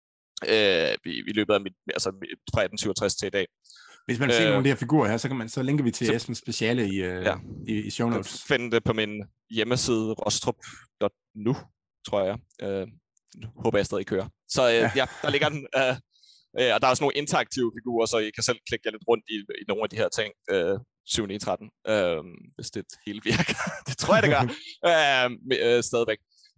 Øh, i, i løbet af mit, altså fra atten syvogtres til i dag. Hvis man vil se øh, nogle af de her figurer her, så kan man så linker vi til så, Esbens speciale i, øh, ja. i, i show notes. Du kan finde det på min hjemmeside rostrup punktum nu, tror jeg. Øh, håber jeg stadig kører. Så øh, ja. ja, der ligger den. Øh, øh, og der er også nogle interaktive figurer, så I kan selv klikke jer lidt rundt i, i nogle af de her ting. Øh, syv ni tretten, øh, hvis det hele virker. Det tror jeg, det gør. øh, øh, stadigvæk.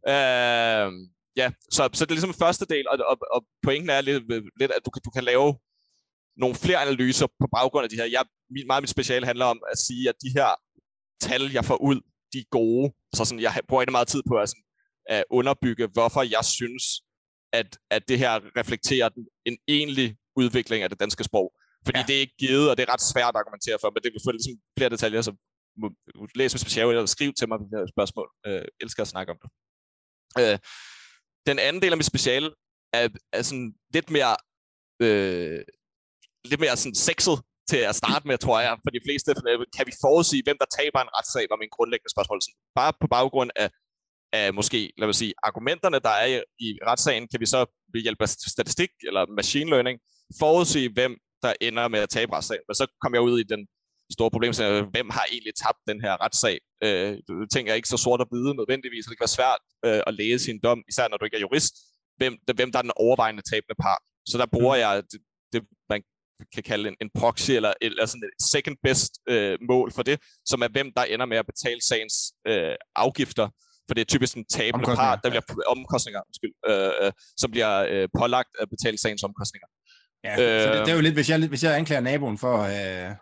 Øh, ja, så, så det er ligesom første del, og, og, og pointen er lidt, lidt at du, du kan lave nogle flere analyser på baggrund af de her. Jeg, meget af mit speciale handler om at sige, at de her tal, jeg får ud, de er gode. Så sådan, jeg bruger ikke meget tid på at, sådan, at underbygge, hvorfor jeg synes, at, at det her reflekterer den, en egentlig udvikling af det danske sprog. Fordi ja. det er ikke givet, og det er ret svært at argumentere for, men det vil få ligesom flere detaljer, så læs mit speciale eller skriv til mig med spørgsmål. Jeg øh, elsker at snakke om det. Øh, den anden del af mit speciale er, er sådan lidt mere... Øh, lidt mere sådan sexet, til at starte med, tror jeg, for de fleste. Kan vi forudsige, hvem der taber en retssag, var min grundlæggende spørgsmål. Så bare på baggrund af, af måske, lad os sige, argumenterne, der er i, i retssagen, kan vi så ved hjælp af statistik eller machine learning forudsige, hvem der ender med at tabe retssagen. Men så kom jeg ud i den store problem, så hvem har egentlig tabt den her retssag? Øh, du tænker ikke så sort og hvide nødvendigvis, så det kan være svært øh, at læse sin dom, især når du ikke er jurist, hvem, hvem der er den overvejende tabende part. Så der bruger jeg det, det man kan kalde en, en proxy, eller, eller sådan et second best øh, mål for det, som er hvem der ender med at betale sagens øh, afgifter, for det er typisk en tabende part, der bliver omkostninger, undskyld, øh, som bliver øh, pålagt at betale sagens omkostninger. Ja, øh, så det, det er jo lidt, hvis jeg, hvis jeg anklager naboen for, øh,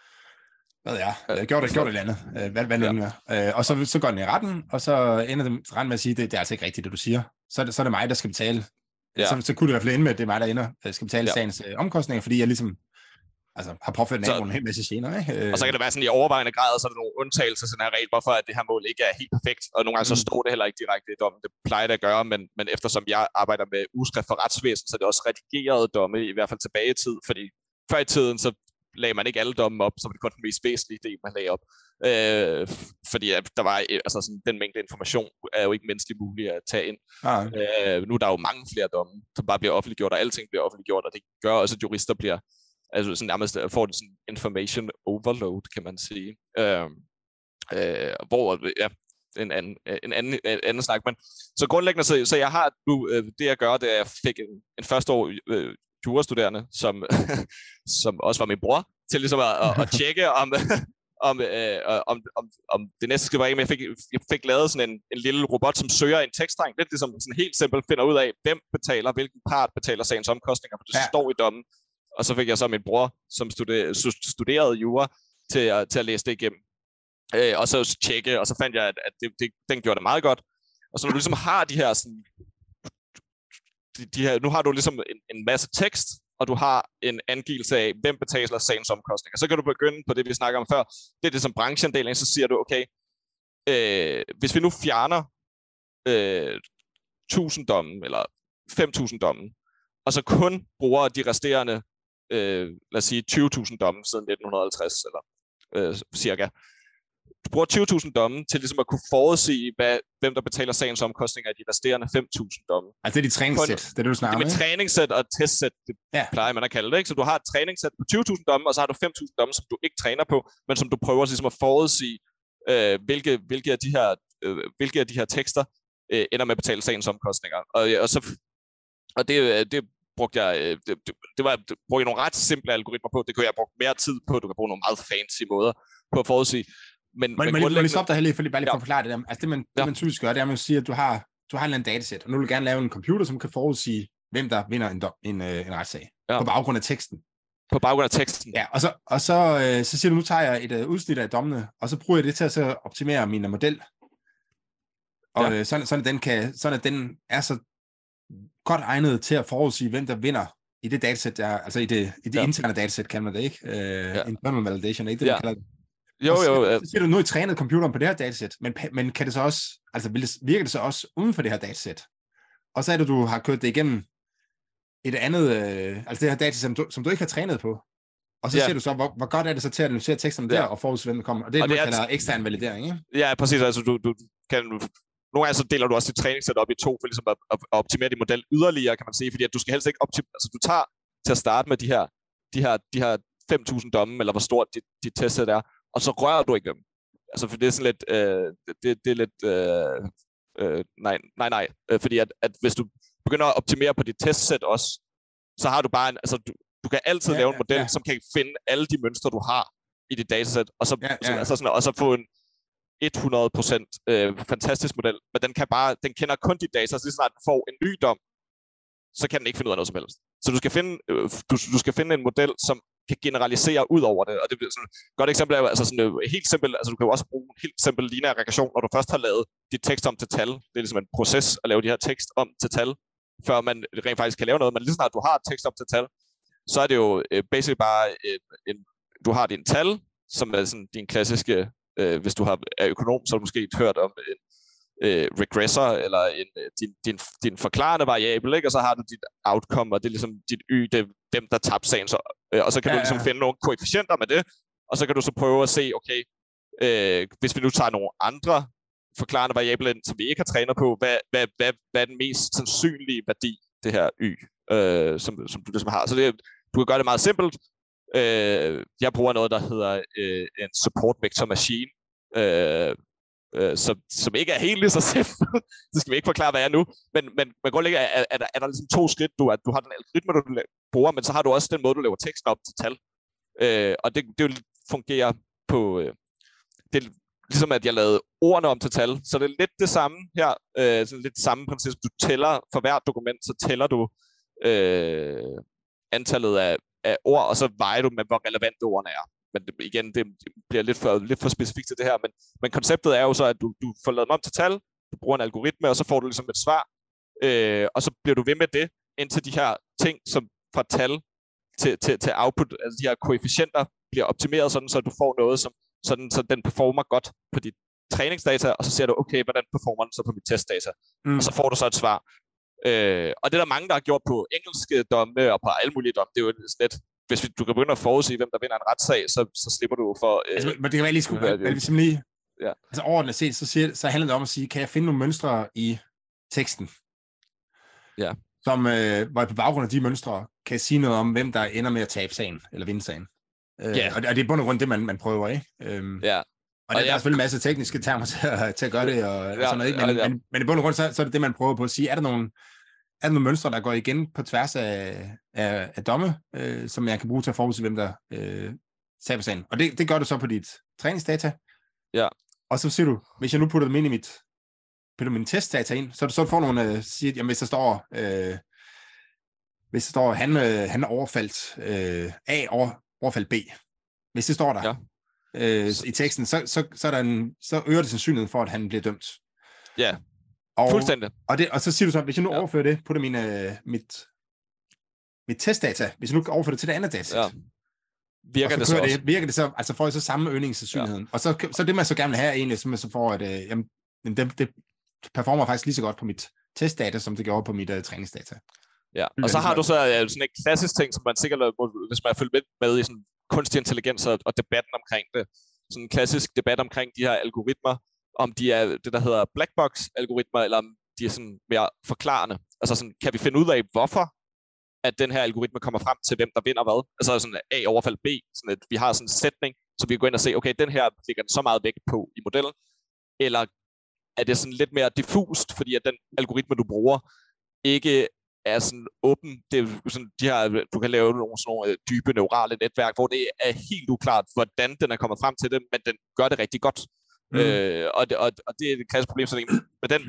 hvad er jeg, øh, gjort det, gjort det andet, øh, hvad, hvad nu ja. er, øh, og så, så går den i retten, og så ender den retten med at sige, det, det er altså ikke rigtigt, det du siger. Så er det, så er det mig, der skal betale. Ja. Så, så kunne det i hvert fald ende med, at det er mig, der ender, skal betale ja. sagens øh, omkostninger, fordi jeg ligesom altså, har påført naboen en hel masse gener. Ikke? Og så kan det være sådan i overvejende grad, så er der nogle undtagelser, sådan her regel, hvorfor at det her mål ikke er helt perfekt, og nogle gange mm. så står det heller ikke direkte i dommen. Det plejer det at gøre, men, men eftersom jeg arbejder med ugeskrift for retsvæsen, så er det også redigerede domme, i hvert fald tilbage i tid, fordi før i tiden, så lagde man ikke alle domme op, så var det kun den mest væsentlige del, man lagde op. Øh, fordi der var, altså sådan, den mængde information er jo ikke menneskeligt muligt at tage ind. Ah. Øh, nu er der jo mange flere domme, som bare bliver offentliggjort, og alting bliver offentliggjort, og det gør også, at jurister bliver altså sådan nærmest får det sådan information overload, kan man sige. Øh, øh, hvor, ja, en anden, en anden, en anden snak. Men, så grundlæggende, så, så jeg har nu, øh, det jeg gør, det er, at jeg fik en, en første år øh, jurastuderende, som, som også var min bror, til ligesom at, at, at tjekke, om, om, øh, om, om, om det næste skal være ikke, men jeg fik, jeg fik lavet sådan en, en lille robot, som søger en tekststreng, lidt ligesom sådan helt simpelt finder ud af, hvem betaler, hvilken part betaler sagens omkostninger, for det ja. står i dommen. Og så fik jeg så min bror, som studerede, studerede jura, til at, til at læse det igennem. Øh, og så tjekke, og så fandt jeg, at, at det, det, den gjorde det meget godt. Og så når du ligesom har de her, sådan, de, de her nu har du ligesom en, en masse tekst, og du har en angivelse af, hvem betaler sagens omkostninger. Så kan du begynde på det, vi snakker om før. Det er det som brancheandeling, så siger du, okay, øh, hvis vi nu fjerner øh, tusind dommen, eller fem tusind dommen, og så kun bruger de resterende Øh, lad os sige tyve tusind domme siden nitten halvtreds, eller øh, cirka. Du bruger tyve tusind domme til ligesom at kunne forudsige, hvad, hvem der betaler sagens omkostninger af de resterende fem tusind domme. Altså det er de træningssæt, det er det, du snakker med? Det er med træningssæt og testsæt, det ja. plejer man at kalde det, ikke? Så du har et træningssæt på tyve tusind domme, og så har du fem tusind domme, som du ikke træner på, men som du prøver ligesom at forudsige, øh, hvilke, hvilke, af de her, øh, hvilke af de her tekster øh, ender med at betale sagens omkostninger. Og, og, så, og det, det brugte jeg, det, det, det var, det brugte jeg nogle ret simple algoritmer på. Det kunne jeg bruge mere tid på. Du kan bruge nogle meget fancy måder på at forudsige. Men, men, men grundlæggende... lige stoppe dig her lige, for lige, bare lige for at forklare det der. Altså det, man, ja. det, man typisk gør, det er, at man siger, at du har, du har en eller anden datasæt, og nu vil du gerne lave en computer, som kan forudsige, hvem der vinder en, en, en retssag. Ja. På baggrund af teksten. På baggrund af teksten. Ja, og så, og så, øh, så siger du, nu tager jeg et uh, udsnit af dommene, og så bruger jeg det til at så optimere min model. Og ja. øh, sådan, sådan, at den kan, sådan at den er så godt egnet til at forudsige, hvem der vinder i det datasæt, der, altså i det, i det ja. interne datasæt, kan man det, ikke? Uh, ja. Internal validation, ikke det, man ja. kalder det? Jo, så, jo. Så siger du, nu er I trænet computeren på det her datasæt, men, men kan det så også, altså vil det, virker det så også uden for det her datasæt? Og så er det, du har kørt det igennem et andet, øh, altså det her datasæt, som du, som du ikke har trænet på. Og så ja. siger du så, hvor, hvor godt er det så til at analysere teksterne ja. der, og forudsige, hvem der kommer. Og det er, og det, man kalder ekstern validering, ikke? Ja, præcis. Altså, du, du kan... Nogle gange så deler du også dit træningssæt op i to, for ligesom at, at, at optimere din model yderligere, kan man sige, fordi at du skal helst ikke optimere, altså du tager til at starte med de her, de her, de her fem tusind domme, eller hvor stort dit, dit testsæt er, og så rører du ikke dem. Altså for det er sådan lidt, øh, det, det er lidt, øh, øh, nej, nej, nej, øh, fordi at, at hvis du begynder at optimere på dit testsæt også, så har du bare en, altså du, du kan altid ja, lave en model, ja. som kan finde alle de mønstre, du har i dit datasæt, og så, ja, ja. Så, altså sådan, og så få en hundrede procent øh, fantastisk model, men den kan bare, den kender kun de data, så lige snart du får en ny dom, så kan den ikke finde ud af noget som helst. Så du skal finde, øh, du, du skal finde en model, som kan generalisere ud over det, og det bliver sådan et godt eksempel er jo, altså sådan øh, helt simpelt, altså du kan jo også bruge en helt simpel lineær regression, når du først har lavet dit tekst om til tal. Det er ligesom en proces at lave de her tekst om til tal, før man rent faktisk kan lave noget, men lige snart du har et tekst om til tal, så er det jo øh, basically bare en, en, du har din tal, som er sådan din klassiske. Øh, hvis du har, er økonom, så har du måske hørt om en, øh, regressor, eller en, din, din, din forklarende variabel, ikke? Og så har du dit outcome, og det er ligesom dit y, det er dem, der tabte sagen. Så, øh, og så kan ja, du ligesom ja. finde nogle koefficienter med det, og så kan du så prøve at se, okay, øh, hvis vi nu tager nogle andre forklarende variabler, som vi ikke har trænet på, hvad, hvad, hvad, hvad er den mest sandsynlige værdi, det her y, øh, som, som du ligesom har. Så det, du kan gøre det meget simpelt. Øh, jeg bruger noget, der hedder øh, en support vector machine, øh, øh, som, som ikke er helt lige så simpelt. Det skal vi ikke forklare, hvad er nu. Men, men, men grundlæggende er, er, er, der, er der ligesom to skridt. Du, at du har den algoritme, du bruger, men så har du også den måde, du laver teksten op til tal. Øh, og det, det fungerer på... Øh, det er ligesom, at jeg lavede ordene om til tal. Så det er lidt det samme her. Øh, sådan lidt det samme princip. Du tæller for hvert dokument, så tæller du øh, antallet af af ord, og så vejer du med, hvor relevante ordene er. Men det, igen, det bliver lidt for, lidt for specifikt til det her, men, men konceptet er jo så, at du, du får lavet dem om til tal, du bruger en algoritme, og så får du ligesom et svar, øh, og så bliver du ved med det, indtil de her ting, som fra tal til, til, til output, altså de her koefficienter, bliver optimeret sådan, så du får noget, som sådan, så den performer godt på dit træningsdata, og så ser du, okay, hvordan performer den så på mit testdata? Mm. Og så får du så et svar. Øh, og det er der mange, der har gjort på engelske domme og på alle mulige domme. Det er jo lidt, hvis vi, du kan begynde at forudsige, hvem der vinder en retssag, så, så slipper du for... Øh, altså, men det kan være lige skulle, at vi simpelthen lige... Ja. Altså overordnet set, så, siger, så handler det om at sige, kan jeg finde nogle mønstre i teksten? Ja. Som, øh, hvor jeg på baggrund af de mønstre kan sige noget om, hvem der ender med at tabe sagen, eller vinde sagen. Øh, ja. Og, det, og det er bund og grund det, man, man prøver, ikke? Øhm, ja. Og, og der, der er selvfølgelig en masse tekniske termer til at, til at gøre det, og, ja, og sådan noget, ikke? Men, ja, ja. men, men i bund og grund, så, så er det det, man prøver på at sige. Er der nogle, er der nogle mønstre, der går igen på tværs af, af, af domme, øh, som jeg kan bruge til at forudsige, hvem der øh, taber sagen? Og det, det gør du så på dit træningsdata. Ja. Og så siger du, hvis jeg nu putter dem ind i mit, putter mine testdata ind, så, så får nogle, øh, siger, jamen hvis der står, øh, hvis der står, han, øh, han er overfaldt øh, A over, overfaldt B. Hvis det står der, ja. Øh, i teksten, så, så, så, er der en, så øger det sandsynligheden for, at han bliver dømt. Ja, og, fuldstændig. Og, det, og så siger du så, hvis jeg nu ja. overfører det, putter mine, mit, mit testdata, hvis jeg nu overfører det til det andet data, ja. virker det så også? Det, virker det så, altså får jeg så samme øgningssandsynligheden. Ja. Og så, så det, man så gerne vil have, er egentlig, så man så får, at øh, jamen, det, det performer faktisk lige så godt på mit testdata, som det gjorde på mit uh, træningsdata. Ja, og så har du så uh, sådan en klassisk ting, som man sikkert, hvis man er følt med, med i sådan kunstig intelligens og, og debatten omkring det, sådan en klassisk debat omkring de her algoritmer, om de er det, der hedder black box-algoritmer, eller om de er sådan mere forklarende. Altså sådan, kan vi finde ud af, hvorfor at den her algoritme kommer frem til, hvem der vinder hvad? Altså sådan A overfald B, sådan at vi har sådan en sætning, så vi kan gå ind og se, okay, den her ligger den så meget vægt på i modellen, eller er det sådan lidt mere diffust, fordi at den algoritme, du bruger, ikke er sådan åben. Det er sådan, de her, du kan lave nogle sådan nogle dybe neurale netværk, hvor det er helt uklart, hvordan den er kommet frem til det, men den gør det rigtig godt. Mm. Øh, og, det, og, og det er et klassisk problem, så med den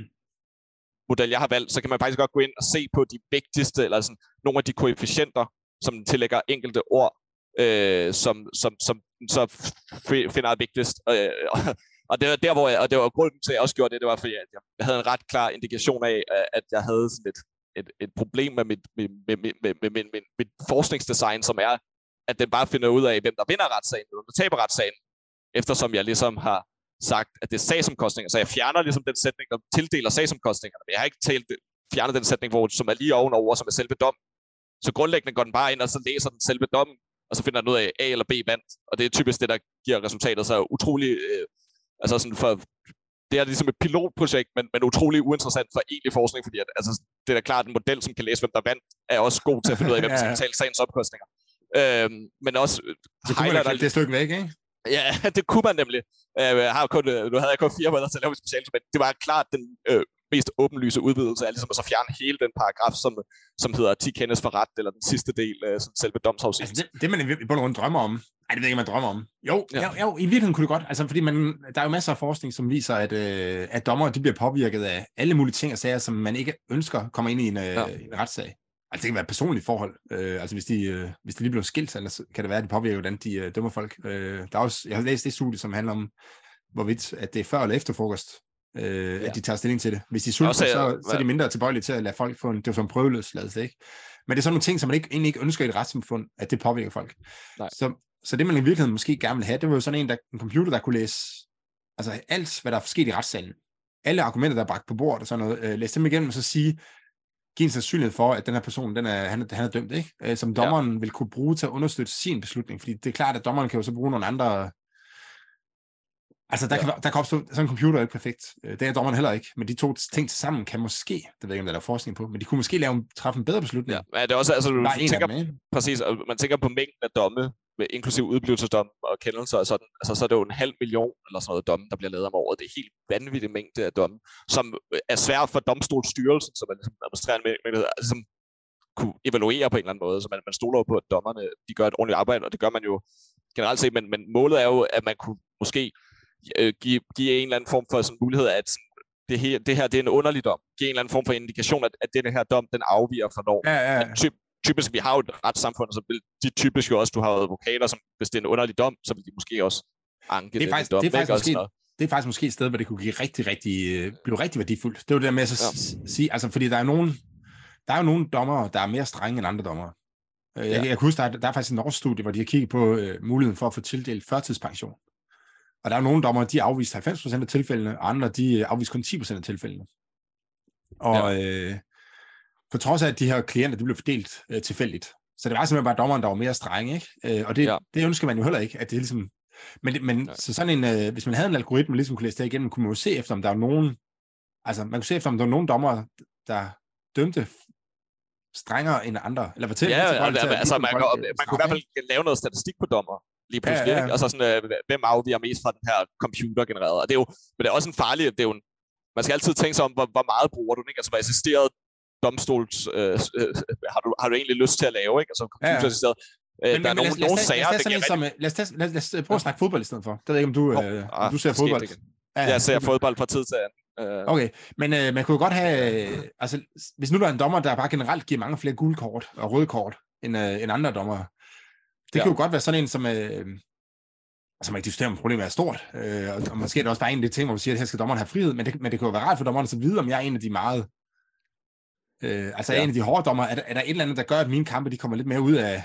model, jeg har valgt, så kan man faktisk godt gå ind og se på de vigtigste, eller sådan nogle af de koefficienter, som tillægger enkelte ord, øh, som, som, som så finder jeg vigtigst. Øh, og, og det var der, hvor jeg, og det var grunden til, at jeg også gjorde det, det var, fordi jeg, jeg havde en ret klar indikation af, at jeg havde sådan et, et, et problem med mit, med, med, med, med, med, med, med mit forskningsdesign, som er, at den bare finder ud af, hvem der vinder retssagen, eller der taber retssagen, eftersom jeg ligesom har sagt, at det er sagsomkostninger. Så jeg fjerner ligesom den sætning, der tildeler sagsomkostningerne. Men jeg har ikke talt, fjernet den sætning, hvor, som er lige ovenover, som er selve dom. Så grundlæggende går den bare ind, og så læser den selve dommen, og så finder den ud af, A eller B vandt. Og det er typisk det, der giver resultatet. Så utrolig, øh, altså sådan for, det er ligesom et pilotprojekt, men, men utrolig uinteressant for egentlig forskning, fordi at, altså, det er da klart, at en model, som kan læse, hvem der vandt, er også god til at finde ud af, hvem der skal betale sagens omkostninger. Øhm, men også så kunne man da det stykke væk, ikke? Ja, det kunne man nemlig. Jeg har kun, nu havde jeg kun fire måneder til at lave et speciale, men det var klart den øh, mest åbenlyse udvidelse af ligesom at så fjerne hele den paragraf, som, som hedder ti kendes for ret, eller den sidste del af sådan selve domsafsigelse. Altså det, det man i bund og grund drømmer om, ej, det ved jeg ikke, man drømmer om. Jo, ja. jo, jo, i virkeligheden kunne det godt, altså fordi man, der er jo masser af forskning, som viser, at, øh, at dommere, de bliver påvirket af alle mulige ting og sager, som man ikke ønsker kommer ind i en, øh, ja. en retssag. Altså det kan være et personligt forhold. Øh, altså hvis de, øh, hvis de lige bliver skilt, eller kan det være, at de påvirker, hvordan de øh, dømmer folk. Øh, der er også, jeg har læst det studie, som handler om, hvorvidt at det er før eller efter frokost, øh, ja. at de tager stilling til det. Hvis de sulter, så, så, så er de mindre tilbøjelige til at lade folk få en, det er jo som prøveløsladelse, ikke? Men det er sådan nogle ting, som man ikke, egentlig ikke ønsker i et retssamfund, at det påvirker folk. Så, så det man i virkeligheden måske gerne vil have, det var jo sådan en, der, en computer, der kunne læse altså alt, hvad der er sket i retssalen. alle argumenter, der er bragt på bordet og sådan noget, øh, læse dem igennem, og så sige, give en sandsynlighed for, at den her person, den er, han, er, han er dømt, ikke? Øh, som dommeren ja. vil kunne bruge til at understøtte sin beslutning, fordi det er klart, at dommeren kan jo så bruge nogle andre. Altså, der, ja. kan, der kan opstå, sådan en computer er ikke perfekt. Det er dommeren heller ikke, men de to ting til sammen kan måske, det ved jeg ikke, om der er forskning på, men de kunne måske lave en, træffe en bedre beslutning. Ja, men det er også, altså, du bare tænker, dem, præcis, man tænker på mængden af domme, med inklusiv udeblivelsesdom og kendelser og sådan, altså så er det jo en halv million eller sådan noget domme, der bliver lavet om året. Det er helt vanvittig mængde af domme, som er svært for domstolsstyrelsen, som man ligesom administrerer med, med altså, som kunne evaluere på en eller anden måde, så man, man stoler på, at dommerne de gør et ordentligt arbejde, og det gør man jo generelt set, men, men målet er jo, at man kunne måske øh, give, give en eller anden form for sådan mulighed, at sådan, det, her, det her det er en underlig dom, give en eller anden form for indikation, at, at denne her dom, den afviger fra normen. Ja, ja. Typ, typisk, vi har jo et retssamfund, så vil de typisk jo også, du har advokater, som hvis det er en underlig dom, så vil de måske også anke det er faktisk, dom. Det er, faktisk måske, det er faktisk måske et sted, hvor det kunne give rigtig, rigtig, øh, blive rigtig værdifuldt. Det er jo det der med at ja. sige, altså fordi der er nogen, der er jo nogle dommere, der er mere strenge end andre dommere. Jeg, ja. jeg kan huske, der er, der er faktisk en norsk studie, hvor de har kigget på øh, muligheden for at få tildelt førtidspension. Og der er nogle dommere, de afviste halvfems procent af tilfældene, og andre, de afviste kun ti procent af tilfældene. Og ja. øh, på trods af, at de her klienter, de blev fordelt øh, tilfældigt. Så det var simpelthen bare dommeren, der var mere strenge, ikke? Øh, og det, ja. det ønsker man jo heller ikke, at det er ligesom. Men, men ja. så sådan en, øh, hvis man havde en algoritme, ligesom kunne læse det igennem, kunne man jo se efter, om der var nogen, altså man kunne se efter, om der var nogen dommer, der dømte strengere end andre, eller fortælle. Ja, ja, ja, altså man, folk, man, man kunne i hvert fald lave noget statistik på dommer, lige pludselig, ja, ja. Ikke? Altså sådan, øh, hvem afviger mest fra den her computergenererede. Og det er jo, men det er også en farlig, det er jo en, man skal altid tænke sig om, hvor, hvor meget bruger du den, ikke? Altså hvor assisteret domstols, øh, øh, har, du, har du egentlig lyst til at lave, ikke? Altså computerassisteret. Ja, ja. Øh, der er nogle, nogle sager, det giver som, lad, os lad, lad os prøve at snakke fodbold i stedet for. Det ved jeg ikke, om du, oh, øh, ah, du ser fodbold. Ja, jeg ser fodbold fra tid til anden. Uh... Okay, men øh, man kunne godt have, øh, altså hvis nu der er en dommer, der bare generelt giver mange flere gule kort og røde kort end, øh, end andre dommer, det ja. kan jo godt være sådan en, som, øh, som man ikke diskuterer, om problemet er stort, øh, og, og måske er det også bare en af de ting, hvor man siger, at her skal dommeren have frihed, men det, men det kan jo være rart for dommeren at vide, om jeg er en af de meget, øh, altså ja. en af de hårde dommer, er der, er der et eller andet, der gør, at mine kampe, de kommer lidt mere ud af,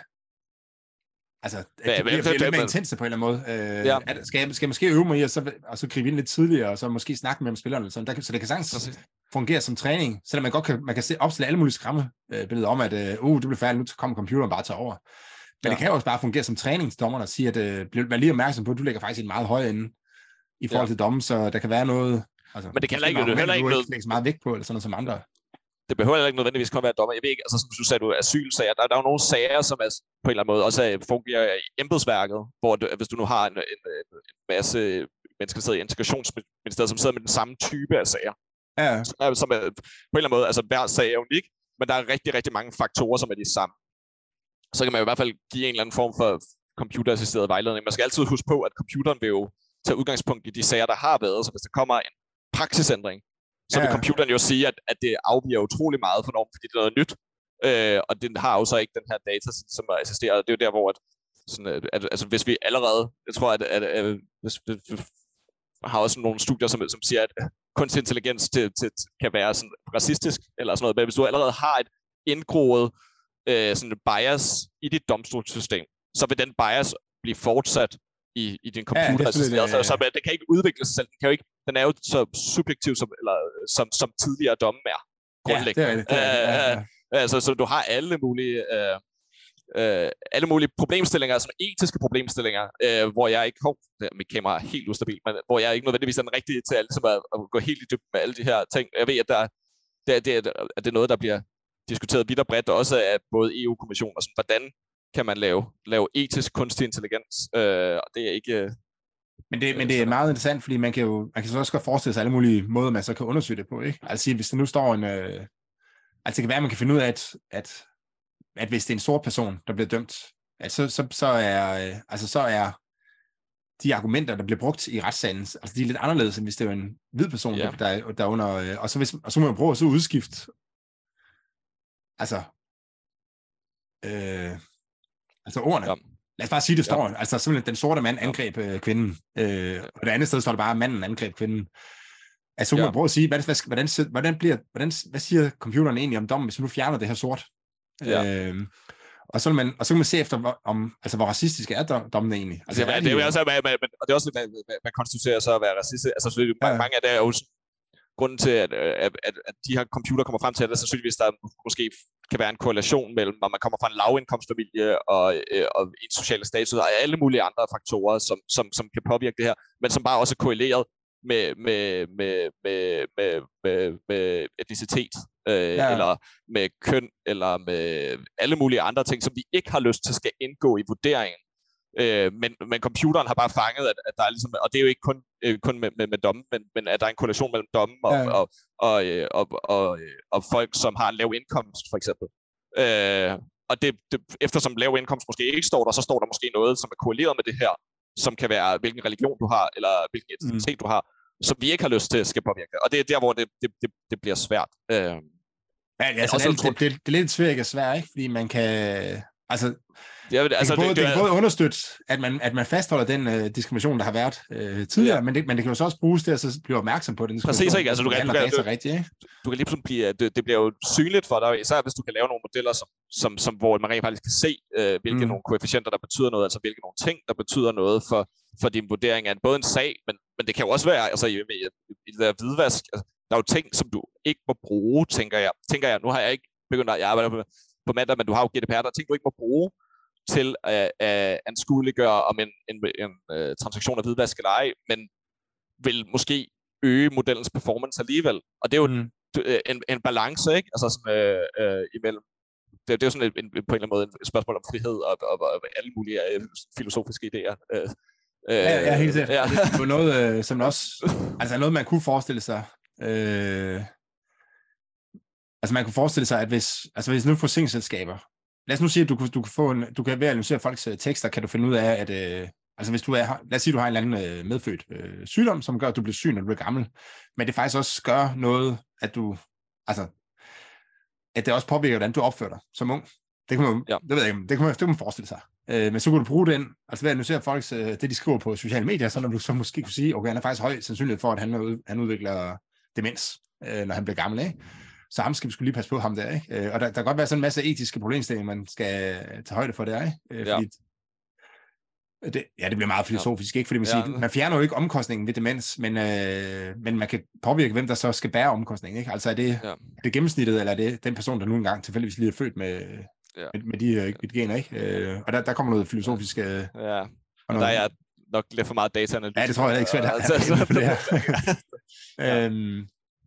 altså, at de ja, bliver, bliver lidt mere intense på en eller anden måde. Øh, ja. at, skal, jeg, skal jeg måske øve mig i, og så, og så gribe ind lidt tidligere, og så måske snakke med spillerne, sådan, der, så det kan sagtens Præcis. fungere som træning, selvom man godt kan, man kan se, opstille alle mulige skræmmebilleder om, at uh, uh, det bliver færdigt, nu kommer computeren bare til over. Men ja. det kan jo også bare fungere som træning til dommerne, og sige, at uh, vær lige opmærksom på, at du ligger faktisk i en meget høj ende i forhold ja. til dommen, så der kan være noget, altså, men det kan heller ikke, heller ikke noget, lægge så meget vægt på, eller sådan noget som andre. Det behøver heller ikke nødvendigvis kun være dommer. Jeg ved ikke, altså som du sagde, du asylsager. Der, der er jo nogle sager, som er, på en eller anden måde også fungerer i embedsværket, hvor du, hvis du nu har en, en, en masse mennesker, der sidder i integrationsministeriet, som sidder med den samme type af sager. Ja. Som, er, som er, på en eller anden måde, altså hver sag er unik, men der er rigtig, rigtig mange faktorer, som er de samme. Så kan man jo i hvert fald give en eller anden form for computerassisteret vejledning. Man skal altid huske på, at computeren vil jo tage udgangspunkt i de sager, der har været. Så hvis der kommer en praksisændring, så vil ja. computeren jo sige, at, at det afviger utrolig meget for normen, fordi det er noget nyt. Øh, og den har jo så ikke den her data, som er assisteret. Det er jo der, hvor at, sådan, at, at, altså, hvis vi allerede, jeg tror, at, at, at hvis, vi har også nogle studier, som, som siger, at kunstig intelligens til, til, kan være sådan racistisk, eller sådan noget, men hvis du allerede har et indgroet øh, sådan et bias i dit domstolssystem, så vil den bias blive fortsat i, i din computer. Ja, det, det, altså, så den kan ikke udvikle sig selv. Den, kan jo ikke, den er jo så subjektiv, som, eller, som, som tidligere domme er. Grundlæggende. Ja, det er det. Det er det. Ja, ja. Uh, altså, så du har alle mulige, uh, uh, alle mulige problemstillinger, altså etiske problemstillinger, uh, hvor jeg ikke... Hov, mit kamera er helt ustabilt, men hvor jeg ikke nødvendigvis er den rigtige til ligesom at, at gå helt i dybden med alle de her ting. Jeg ved, at, der, det, er, det, er, at det er noget, der bliver diskuteret vidt og bredt, og også af både E U-kommissionen og sådan, hvordan kan man lave, lave etisk kunstig intelligens, øh, og det er ikke... Øh, men, det, men det er meget interessant, fordi man kan jo man kan så også godt forestille sig alle mulige måder, man så kan undersøge det på, ikke? Altså hvis der nu står en... Øh, altså det kan være, at man kan finde ud af, at, at, at hvis det er en sort person, der bliver dømt, at så, så, så, er, øh, altså, så er de argumenter, der bliver brugt i retssagen, altså de er lidt anderledes, end hvis det er en hvid person, yeah. der, der er under... Øh, og, så hvis, og så må man prøve at så udskifte... Altså... Øh, Altså ordene. Ja. Lad os bare sige, det står. Ja. Altså simpelthen, den sorte mand angreb øh, kvinden. Øh, og det andet sted står det bare, manden angreb kvinden. Altså, så må ja. prøve at sige, hvad, hvad, hvordan, hvordan bliver, hvordan, hvad siger computeren egentlig om dommen, hvis man nu fjerner det her sort? Ja. Øh, og, så man, og så kan man se efter, hvor, om, altså, hvor racistisk er dommen egentlig. Altså, ja, det, er jo også, man, man, og det er også, hvad, hvad, hvad konstituerer så at være racist. Altså, så, ja. mange af det er jo grunden til, at, at, at, at de her computer kommer frem til, at der sandsynligvis der måske kan være en korrelation mellem, når man kommer fra en lavindkomstfamilie og, øh, og en sociale status, og alle mulige andre faktorer, som, som, som kan påvirke det her, men som bare også er korreleret med, med, med, med, med, med, med etnicitet, øh, ja. eller med køn, eller med alle mulige andre ting, som vi ikke har lyst til skal indgå i vurderingen. Øh, men, men computeren har bare fanget, at, at der er ligesom, og det er jo ikke kun, øh, kun med, med, med dommen, men, men at der er en korrelation mellem dommen og, ja. og, og, og, og, og, og folk, som har en lav indkomst, for eksempel. Øh, og det, det, eftersom lav indkomst måske ikke står der, så står der måske noget, som er korreleret med det her, som kan være, hvilken religion du har, eller hvilken etnicitet mm. du har, som vi ikke har lyst til skal påvirke. Og det er der, hvor det, det, det, det bliver svært. Øh, ja, altså, det, er, det, det, det er lidt svært at svært, ikke? Fordi man kan... Altså, Ja, det, altså, det, kan både, det, det, det kan både understøtte, at man, at man fastholder den uh, diskrimination, der har været uh, tidligere, ja. men, det, men det kan jo så også bruges til at så blive opmærksom på den. Præcis, ikke? Altså, du, kan, du, kan, du, rigtigt, ikke? du kan lige pludselig blive, det, det bliver jo synligt for dig, især hvis du kan lave nogle modeller, som, som, som hvor man rent faktisk kan se, uh, hvilke mm. nogle koefficienter, der betyder noget, altså hvilke nogle ting, der betyder noget for, for din vurdering af både en sag, men, men det kan jo også være, altså i, i, i det der hvidvask, altså, der er jo ting, som du ikke må bruge, tænker jeg. Tænker jeg, nu har jeg ikke begyndt at arbejde på, på mandag, men du har jo G D P R, der er ting, du ikke må bruge til at uh, anskueliggøre om en, en, en, en uh, transaktion af hvidvask eller ej, men vil måske øge modellens performance alligevel. Og det er jo mm. en, en balance, ikke? Altså sådan øh, øh, imellem. Det, det er jo sådan en, en, på en eller anden måde et spørgsmål om frihed og, og, og alle mulige øh, filosofiske idéer. Øh, ja, ja, helt sikkert. Ja. Det er noget, øh, som også, altså noget, man kunne forestille sig. Øh, altså man kunne forestille sig, at hvis, altså hvis nu forsikringsselskaber, lad os nu sige, at du, du kan få en, du kan ved at analysere folks tekster, kan du finde ud af, at øh, altså hvis du er, lad os sige, du har en eller anden øh, medfødt øh, sygdom, som gør, at du bliver syg, når du bliver gammel, men det faktisk også gør noget, at du, altså, at det også påvirker, hvordan du opfører dig som ung. Det kan man, ja. det ved jeg ikke, det kan man, det kan man forestille sig. Øh, men så kunne du bruge den, altså ved at analysere folks, øh, det de skriver på sociale medier, så når du så måske kunne sige, okay, han er faktisk høj sandsynlighed for, at han, han udvikler demens, øh, når han bliver gammel, ikke? Så ham skal vi skulle lige passe på ham der, ikke? Og der, der kan godt være sådan en masse etiske problemstillinger, man skal tage højde for der, ikke? Fordi ja. Det, ja, det bliver meget filosofisk, ja. Ikke? Fordi man, siger, ja. man fjerner jo ikke omkostningen ved demens, men, øh, men man kan påvirke, hvem der så skal bære omkostningen, ikke? Altså er det, ja. det gennemsnittet, eller er det den person, der nu engang tilfældigvis lige er født med, ja. med, med de uh, gener, ikke? Øh, og der, der kommer noget filosofisk... Øh, ja, og noget, der er nok lidt for meget data-analyse. Ja, det tror jeg ikke svært, at altså, for det her. ja. øhm,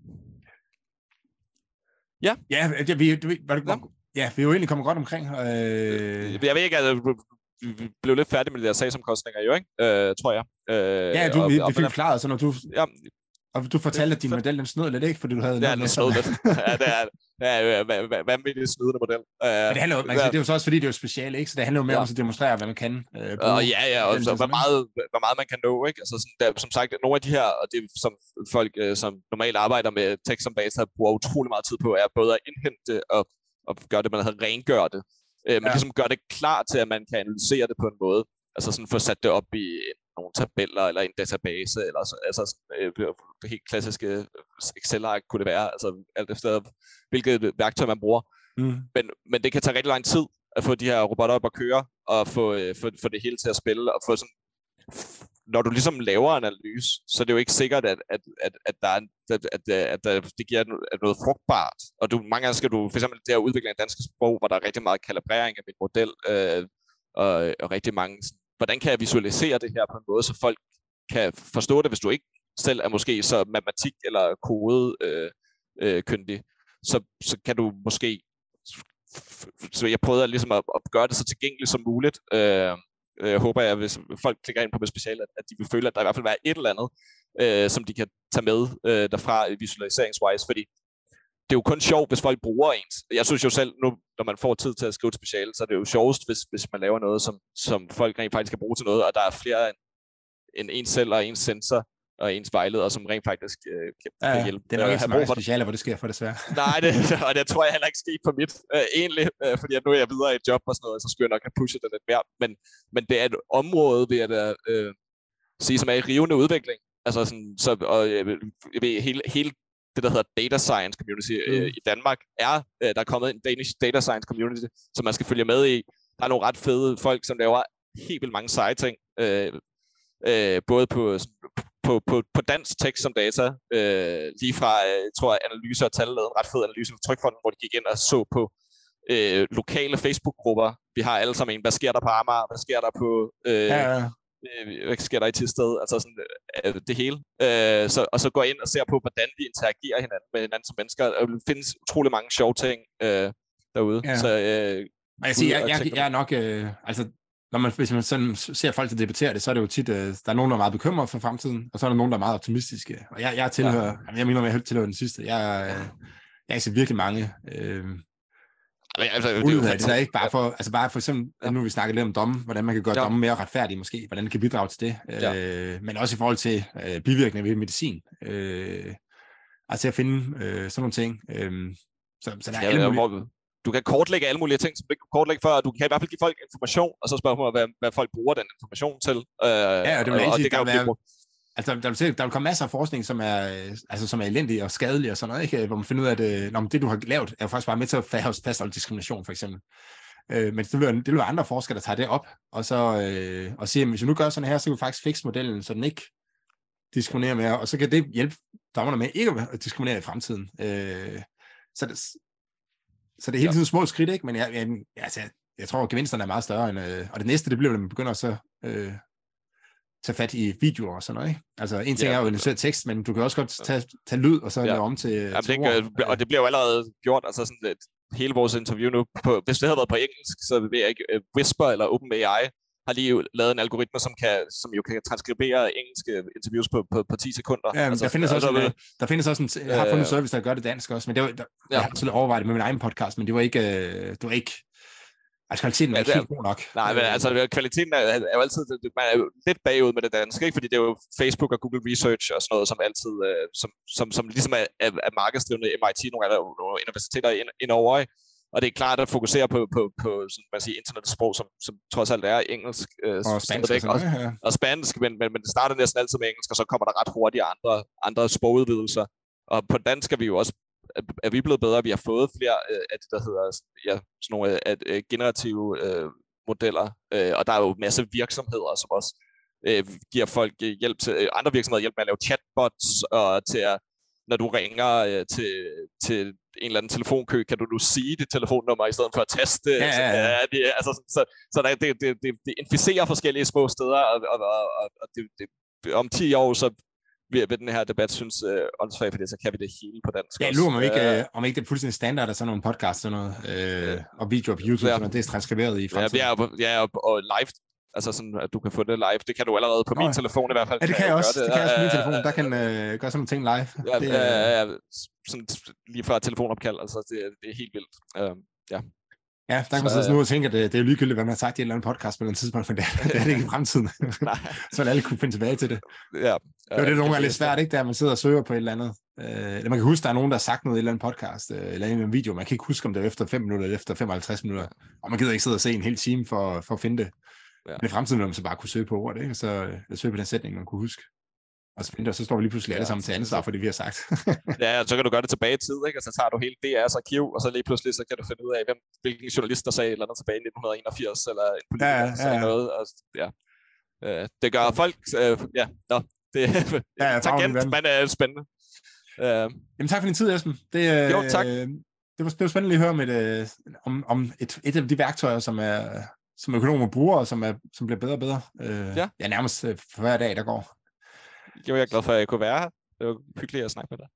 Ja. Ja, ja, vi, du, var det, ja. ja, vi er jo egentlig kommet godt omkring. Øh... Jeg ved ikke, at vi blev lidt færdige med de der sagsomkostninger, jo, ikke? Øh, tror jeg. Øh, ja, du, og, vi, og, vi fik forklaret, så når du... Ja, og du fortalte, at din model, den snød lidt, ikke? Fordi du havde... Ja, den snød lidt. Ja, det er, det er jo en vanvittig snydende model. Uh, Men det handler jo, man kan sige, det er jo så også, fordi det er jo specielt, ikke? Så det handler jo mere ja. om at demonstrere, hvad man kan. Øh, og ja, ja, og så, hvor, meget, hvor meget man kan nå, ikke? Altså sådan, der, som sagt, nogle af de her, og det som folk, øh, som normalt arbejder med tekst som data, bruger utrolig meget tid på, er både at indhente og, og gøre det, man hedder rengøre det. Øh, men ja. ligesom gøre det klar til, at man kan analysere det på en måde. Altså sådan få sat det op i nogle tabeller eller en database, eller så, altså øh, det helt klassiske Excel-ark kunne det være, altså alt efter hvilket værktøj man bruger. Mm. Men, men det kan tage rigtig lang tid at få de her robotter op at køre, og få, øh, få, få det hele til at spille, og få sådan, når du ligesom laver en analyse, så er det jo ikke sikkert, at, at, at, at, der er, at, at, at, at det giver noget frugtbart. Og du, mange gange skal du, for eksempel det at udvikle en dansk sprog, hvor der er rigtig meget kalibrering af mit model, øh, og, og rigtig mange sådan, hvordan kan jeg visualisere det her på en måde, så folk kan forstå det, hvis du ikke selv er måske så matematik eller kode øh, øh, kyndig, så, så kan du måske, så jeg prøvede ligesom at, at gøre det så tilgængeligt som muligt. Øh, jeg håber, at hvis folk klikker ind på mit speciale, at, at de vil føle, at der i hvert fald er et eller andet, øh, som de kan tage med øh, derfra visualiseringswise, fordi det er jo kun sjovt, hvis folk bruger ens. Jeg synes jo selv, nu, når man får tid til at skrive et speciale, så er det jo sjovest, hvis, hvis man laver noget, som, som folk rent faktisk kan bruge til noget, og der er flere end, end en selv og en sensor og ens vejleder, som rent faktisk øh, kan, ja, kan hjælpe. Det er nok ikke så mange specialer, hvor det sker for desværre. Nej, det, og det tror jeg heller ikke sker på mit, øh, egentlig, øh, fordi nu er jeg videre i et job og sådan noget, så skulle jeg nok have pushet det lidt mere. Men, men det er et område, vil jeg da øh, sige, som er i rivende udvikling. Altså sådan, så, og jeg ved, hele, hele det, der hedder Data Science Community mm. øh, i Danmark, er, øh, der er kommet en Danish Data Science Community, som man skal følge med i. Der er nogle ret fede folk, som laver helt vildt mange seje ting, øh, øh, både på, på, på, på dansk tekst som data, øh, lige fra, øh, jeg tror, analyser og tal lavede en ret fed analyse på Trykfonden, hvor de gik ind og så på øh, lokale Facebook-grupper. Vi har alle sammen en, hvad sker der på Amager, hvad sker der på, øh, ja, ja. øh, hvad sker der i Thisted, altså sådan øh, det hele. Øh, så, og så går ind og ser på, hvordan vi interagerer hinanden med hinanden som mennesker. Og der findes utrolig mange sjove ting øh, derude. Ja. Så, øh, jeg, siger, jeg, jeg, jeg er nok, øh, altså når man, hvis man sådan ser folk, der debatterer det, så er det jo tit, øh, der er nogen, der er meget bekymret for fremtiden, og så er der nogen, der er meget optimistiske. Og jeg, jeg tilhører, ja. jeg mener, jeg tilhører den sidste. Jeg, øh, jeg ser virkelig mange øh, altså, det, muligheder. Det, det er ikke bare for, altså bare for eksempel, ja. nu vi snakker lidt om domme, hvordan man kan gøre ja. domme mere retfærdige måske, hvordan det kan bidrage til det, ja. øh, men også i forhold til øh, bivirkninger ved medicin. Øh, altså at finde øh, sådan nogle ting. Øh, så, så der er ja, alle mulige... Du kan kortlægge alle mulige ting, som du ikke kunne kortlægge før, og du kan i hvert fald give folk information, og så spørge dem, hvad, hvad folk bruger den information til. Øh, ja, og det vil og, altid, og det kan der, jo være, altså, der, vil, der vil komme masser af forskning, som er, altså, som er elendig og skadelig og sådan noget, ikke? Hvor man finder ud af, at det, når det, du har lavet, er jo faktisk bare med til at fastholde diskrimination, for eksempel. Øh, men det vil, det vil være andre forskere, der tager det op, og så øh, og siger, at hvis vi nu gør sådan her, så kan vi faktisk fikse modellen, så den ikke diskriminerer mere, og så kan det hjælpe dommerne med ikke at diskriminere i fremtiden. Øh, så det Så det er hele tiden små skridt, ikke? Men jeg, jeg, altså, jeg, jeg tror, at gevinsterne er meget større. End, øh, og det næste, det bliver, at man begynder at så, øh, tage fat i videoer og sådan noget, ikke? Altså, en ting ja, er jo at analysere tekst, men du kan også godt tage, tage lyd og så ja. lave om til... Ja, til det, og det bliver jo allerede gjort, altså sådan et, hele vores interview nu, på, hvis det havde været på engelsk, så vil jeg ikke... Uh, Whisper eller OpenAI har lige lavet en algoritme, som, kan, som jo kan transkribere engelske interviews på, på, på ti sekunder. Ja, altså, der, findes også en, der findes også en... Jeg har fundet en service, der gør det dansk også, men det var, der, ja. jeg har absolut overvejet det med min egen podcast, men det var ikke... Det var ikke altså, kvaliteten var ja, ikke helt god nok. Nej, men altså, kvaliteten er, er jo altid... Man er jo lidt bagud med det danske, ikke? Fordi det er jo Facebook og Google Research og sådan noget, som altid... Som, som, som ligesom er, er, er markedsdrivende M I T, nogle, nogle universiteter ind, indover, ikke? Og det er klart at fokusere på, på, på sådan, man siger, internetsprog, som, som trods alt er engelsk. Øh, og spansk. Og, også, ja. og spansk, men, men, men det starter næsten altid med engelsk, og så kommer der ret hurtigt andre, andre sprogudvidelser. Og på dansk er vi jo også er vi blevet bedre. Vi har fået flere øh, af det, der hedder ja, sådan nogle at, øh, generative øh, modeller. Øh, og der er jo en masse virksomheder, som også øh, giver folk hjælp til, øh, andre virksomheder hjælp med at lave chatbots, og til at når du ringer øh, til, til en eller anden telefonkø, kan du nu sige dit telefonnummer i stedet for at taste. Ja, ja, ja. Så, det, altså, så, så der, det, det, det, det inficerer forskellige små steder, og, og, og, og det, det, om ti år, så vil, vil den her debat synes øh, åndssvagt, fordi så kan vi det hele på dansk. Ja, jeg lurer mig ikke, øh, om ikke det er fuldstændig standard af sådan nogle podcasts, sådan noget, øh, ja. og videoer på YouTube, ja. det er transkriberet i fremtiden. Ja, ja og, og live. Altså sådan, at du kan få det live. Det kan du allerede på oh, min telefon i hvert fald. Ja, det kan, kan jeg også. Det. det kan jeg også på min telefon. Der kan øh, gøre sådan nogle ting live. Ja, det, øh, ja, sådan lige fra telefonopkald. Altså, det, det er helt vildt. Uh, ja. Ja, der kan man så, så nu og tænke, at det, det er jo ligegyldigt, hvad man har sagt i en eller anden podcast på den tidspunkt, men det, det er det ikke i fremtiden. Så alle kunne finde tilbage til det. Ja. Det er det nogle gange lidt svært, ikke? Der man sidder og søger på et eller andet. Øh, man kan huske, der er nogen, der har sagt noget i en eller anden podcast, øh, eller i en video. Man kan ikke huske, om det er efter fem minutter eller efter femoghalvtreds minutter. Og man gider ikke sidde og se en hel time for, for at finde det. Ja. Men i fremtiden vil man så bare kunne søge på ordet, ikke? Så øh, søge på den sætning, man kunne huske. Og så, finder, så står vi lige pludselig ja, alle sammen til ansvar for det, vi har sagt. Ja, og så kan du gøre det tilbage i tid, ikke? Og så tager du hele D R's arkiv, og så lige pludselig så kan du finde ud af, hvem, hvilken journalist, der sagde et eller andet tilbage i nitten enogfirs, eller en politiker, ja, ja, ja. der sagde noget. Og, ja. Øh, det gør folk... Øh, ja, nå. Det ja, ja, tangent, men er øh, spændende. Øh. Jamen tak for din tid, Esben. Det, øh, jo, tak. Øh, det, var, det var spændende lige at høre med det, om, om et, et af de værktøjer, som er... som økonomer bruger, og som, er, som bliver bedre og bedre. Øh, ja. ja, nærmest øh, for hver dag, der går. Jo, jeg er glad for, at jeg kunne være her. Det var hyggeligt at snakke med dig.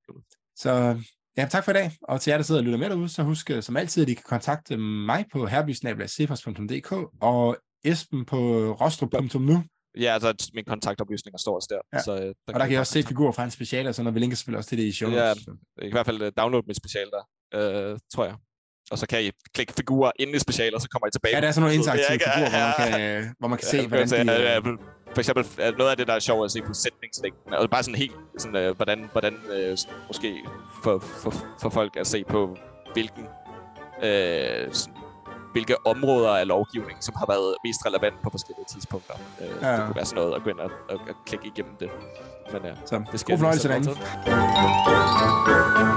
Så ja, tak for i dag. Og til jer, der sidder og lytter med derude, så husk som altid, at I kan kontakte mig på herby snabel-a cepos punktum d k og Esben på rostrup punktum nu. Ja, altså mine kontaktoplysninger står også der. Ja. Så, der og der kan I også se figurer fra en specialer, så når vi linker selvfølgelig også til det i show notes. Ja, jeg kan i hvert fald downloade mit special der, øh, tror jeg. Og så kan I klikke figurer inde i specialer, og så kommer I tilbage. Ja, der er sådan nogle interaktive figurer, hvor man kan, hvor man kan ja, se, hvordan de... Ja, ja, for eksempel, noget af det, der er sjovt at se på sætningslængden, og bare sådan helt, sådan, øh, hvordan, hvordan øh, måske for, for, for folk at se på, hvilken, øh, sådan, hvilke områder af lovgivning, som har været mest relevant på forskellige tidspunkter. Øh, ja. Det kunne være sådan noget at gå ind og, og, og klikke igennem det. Men ja, så, det skal god fornøjelse derinde.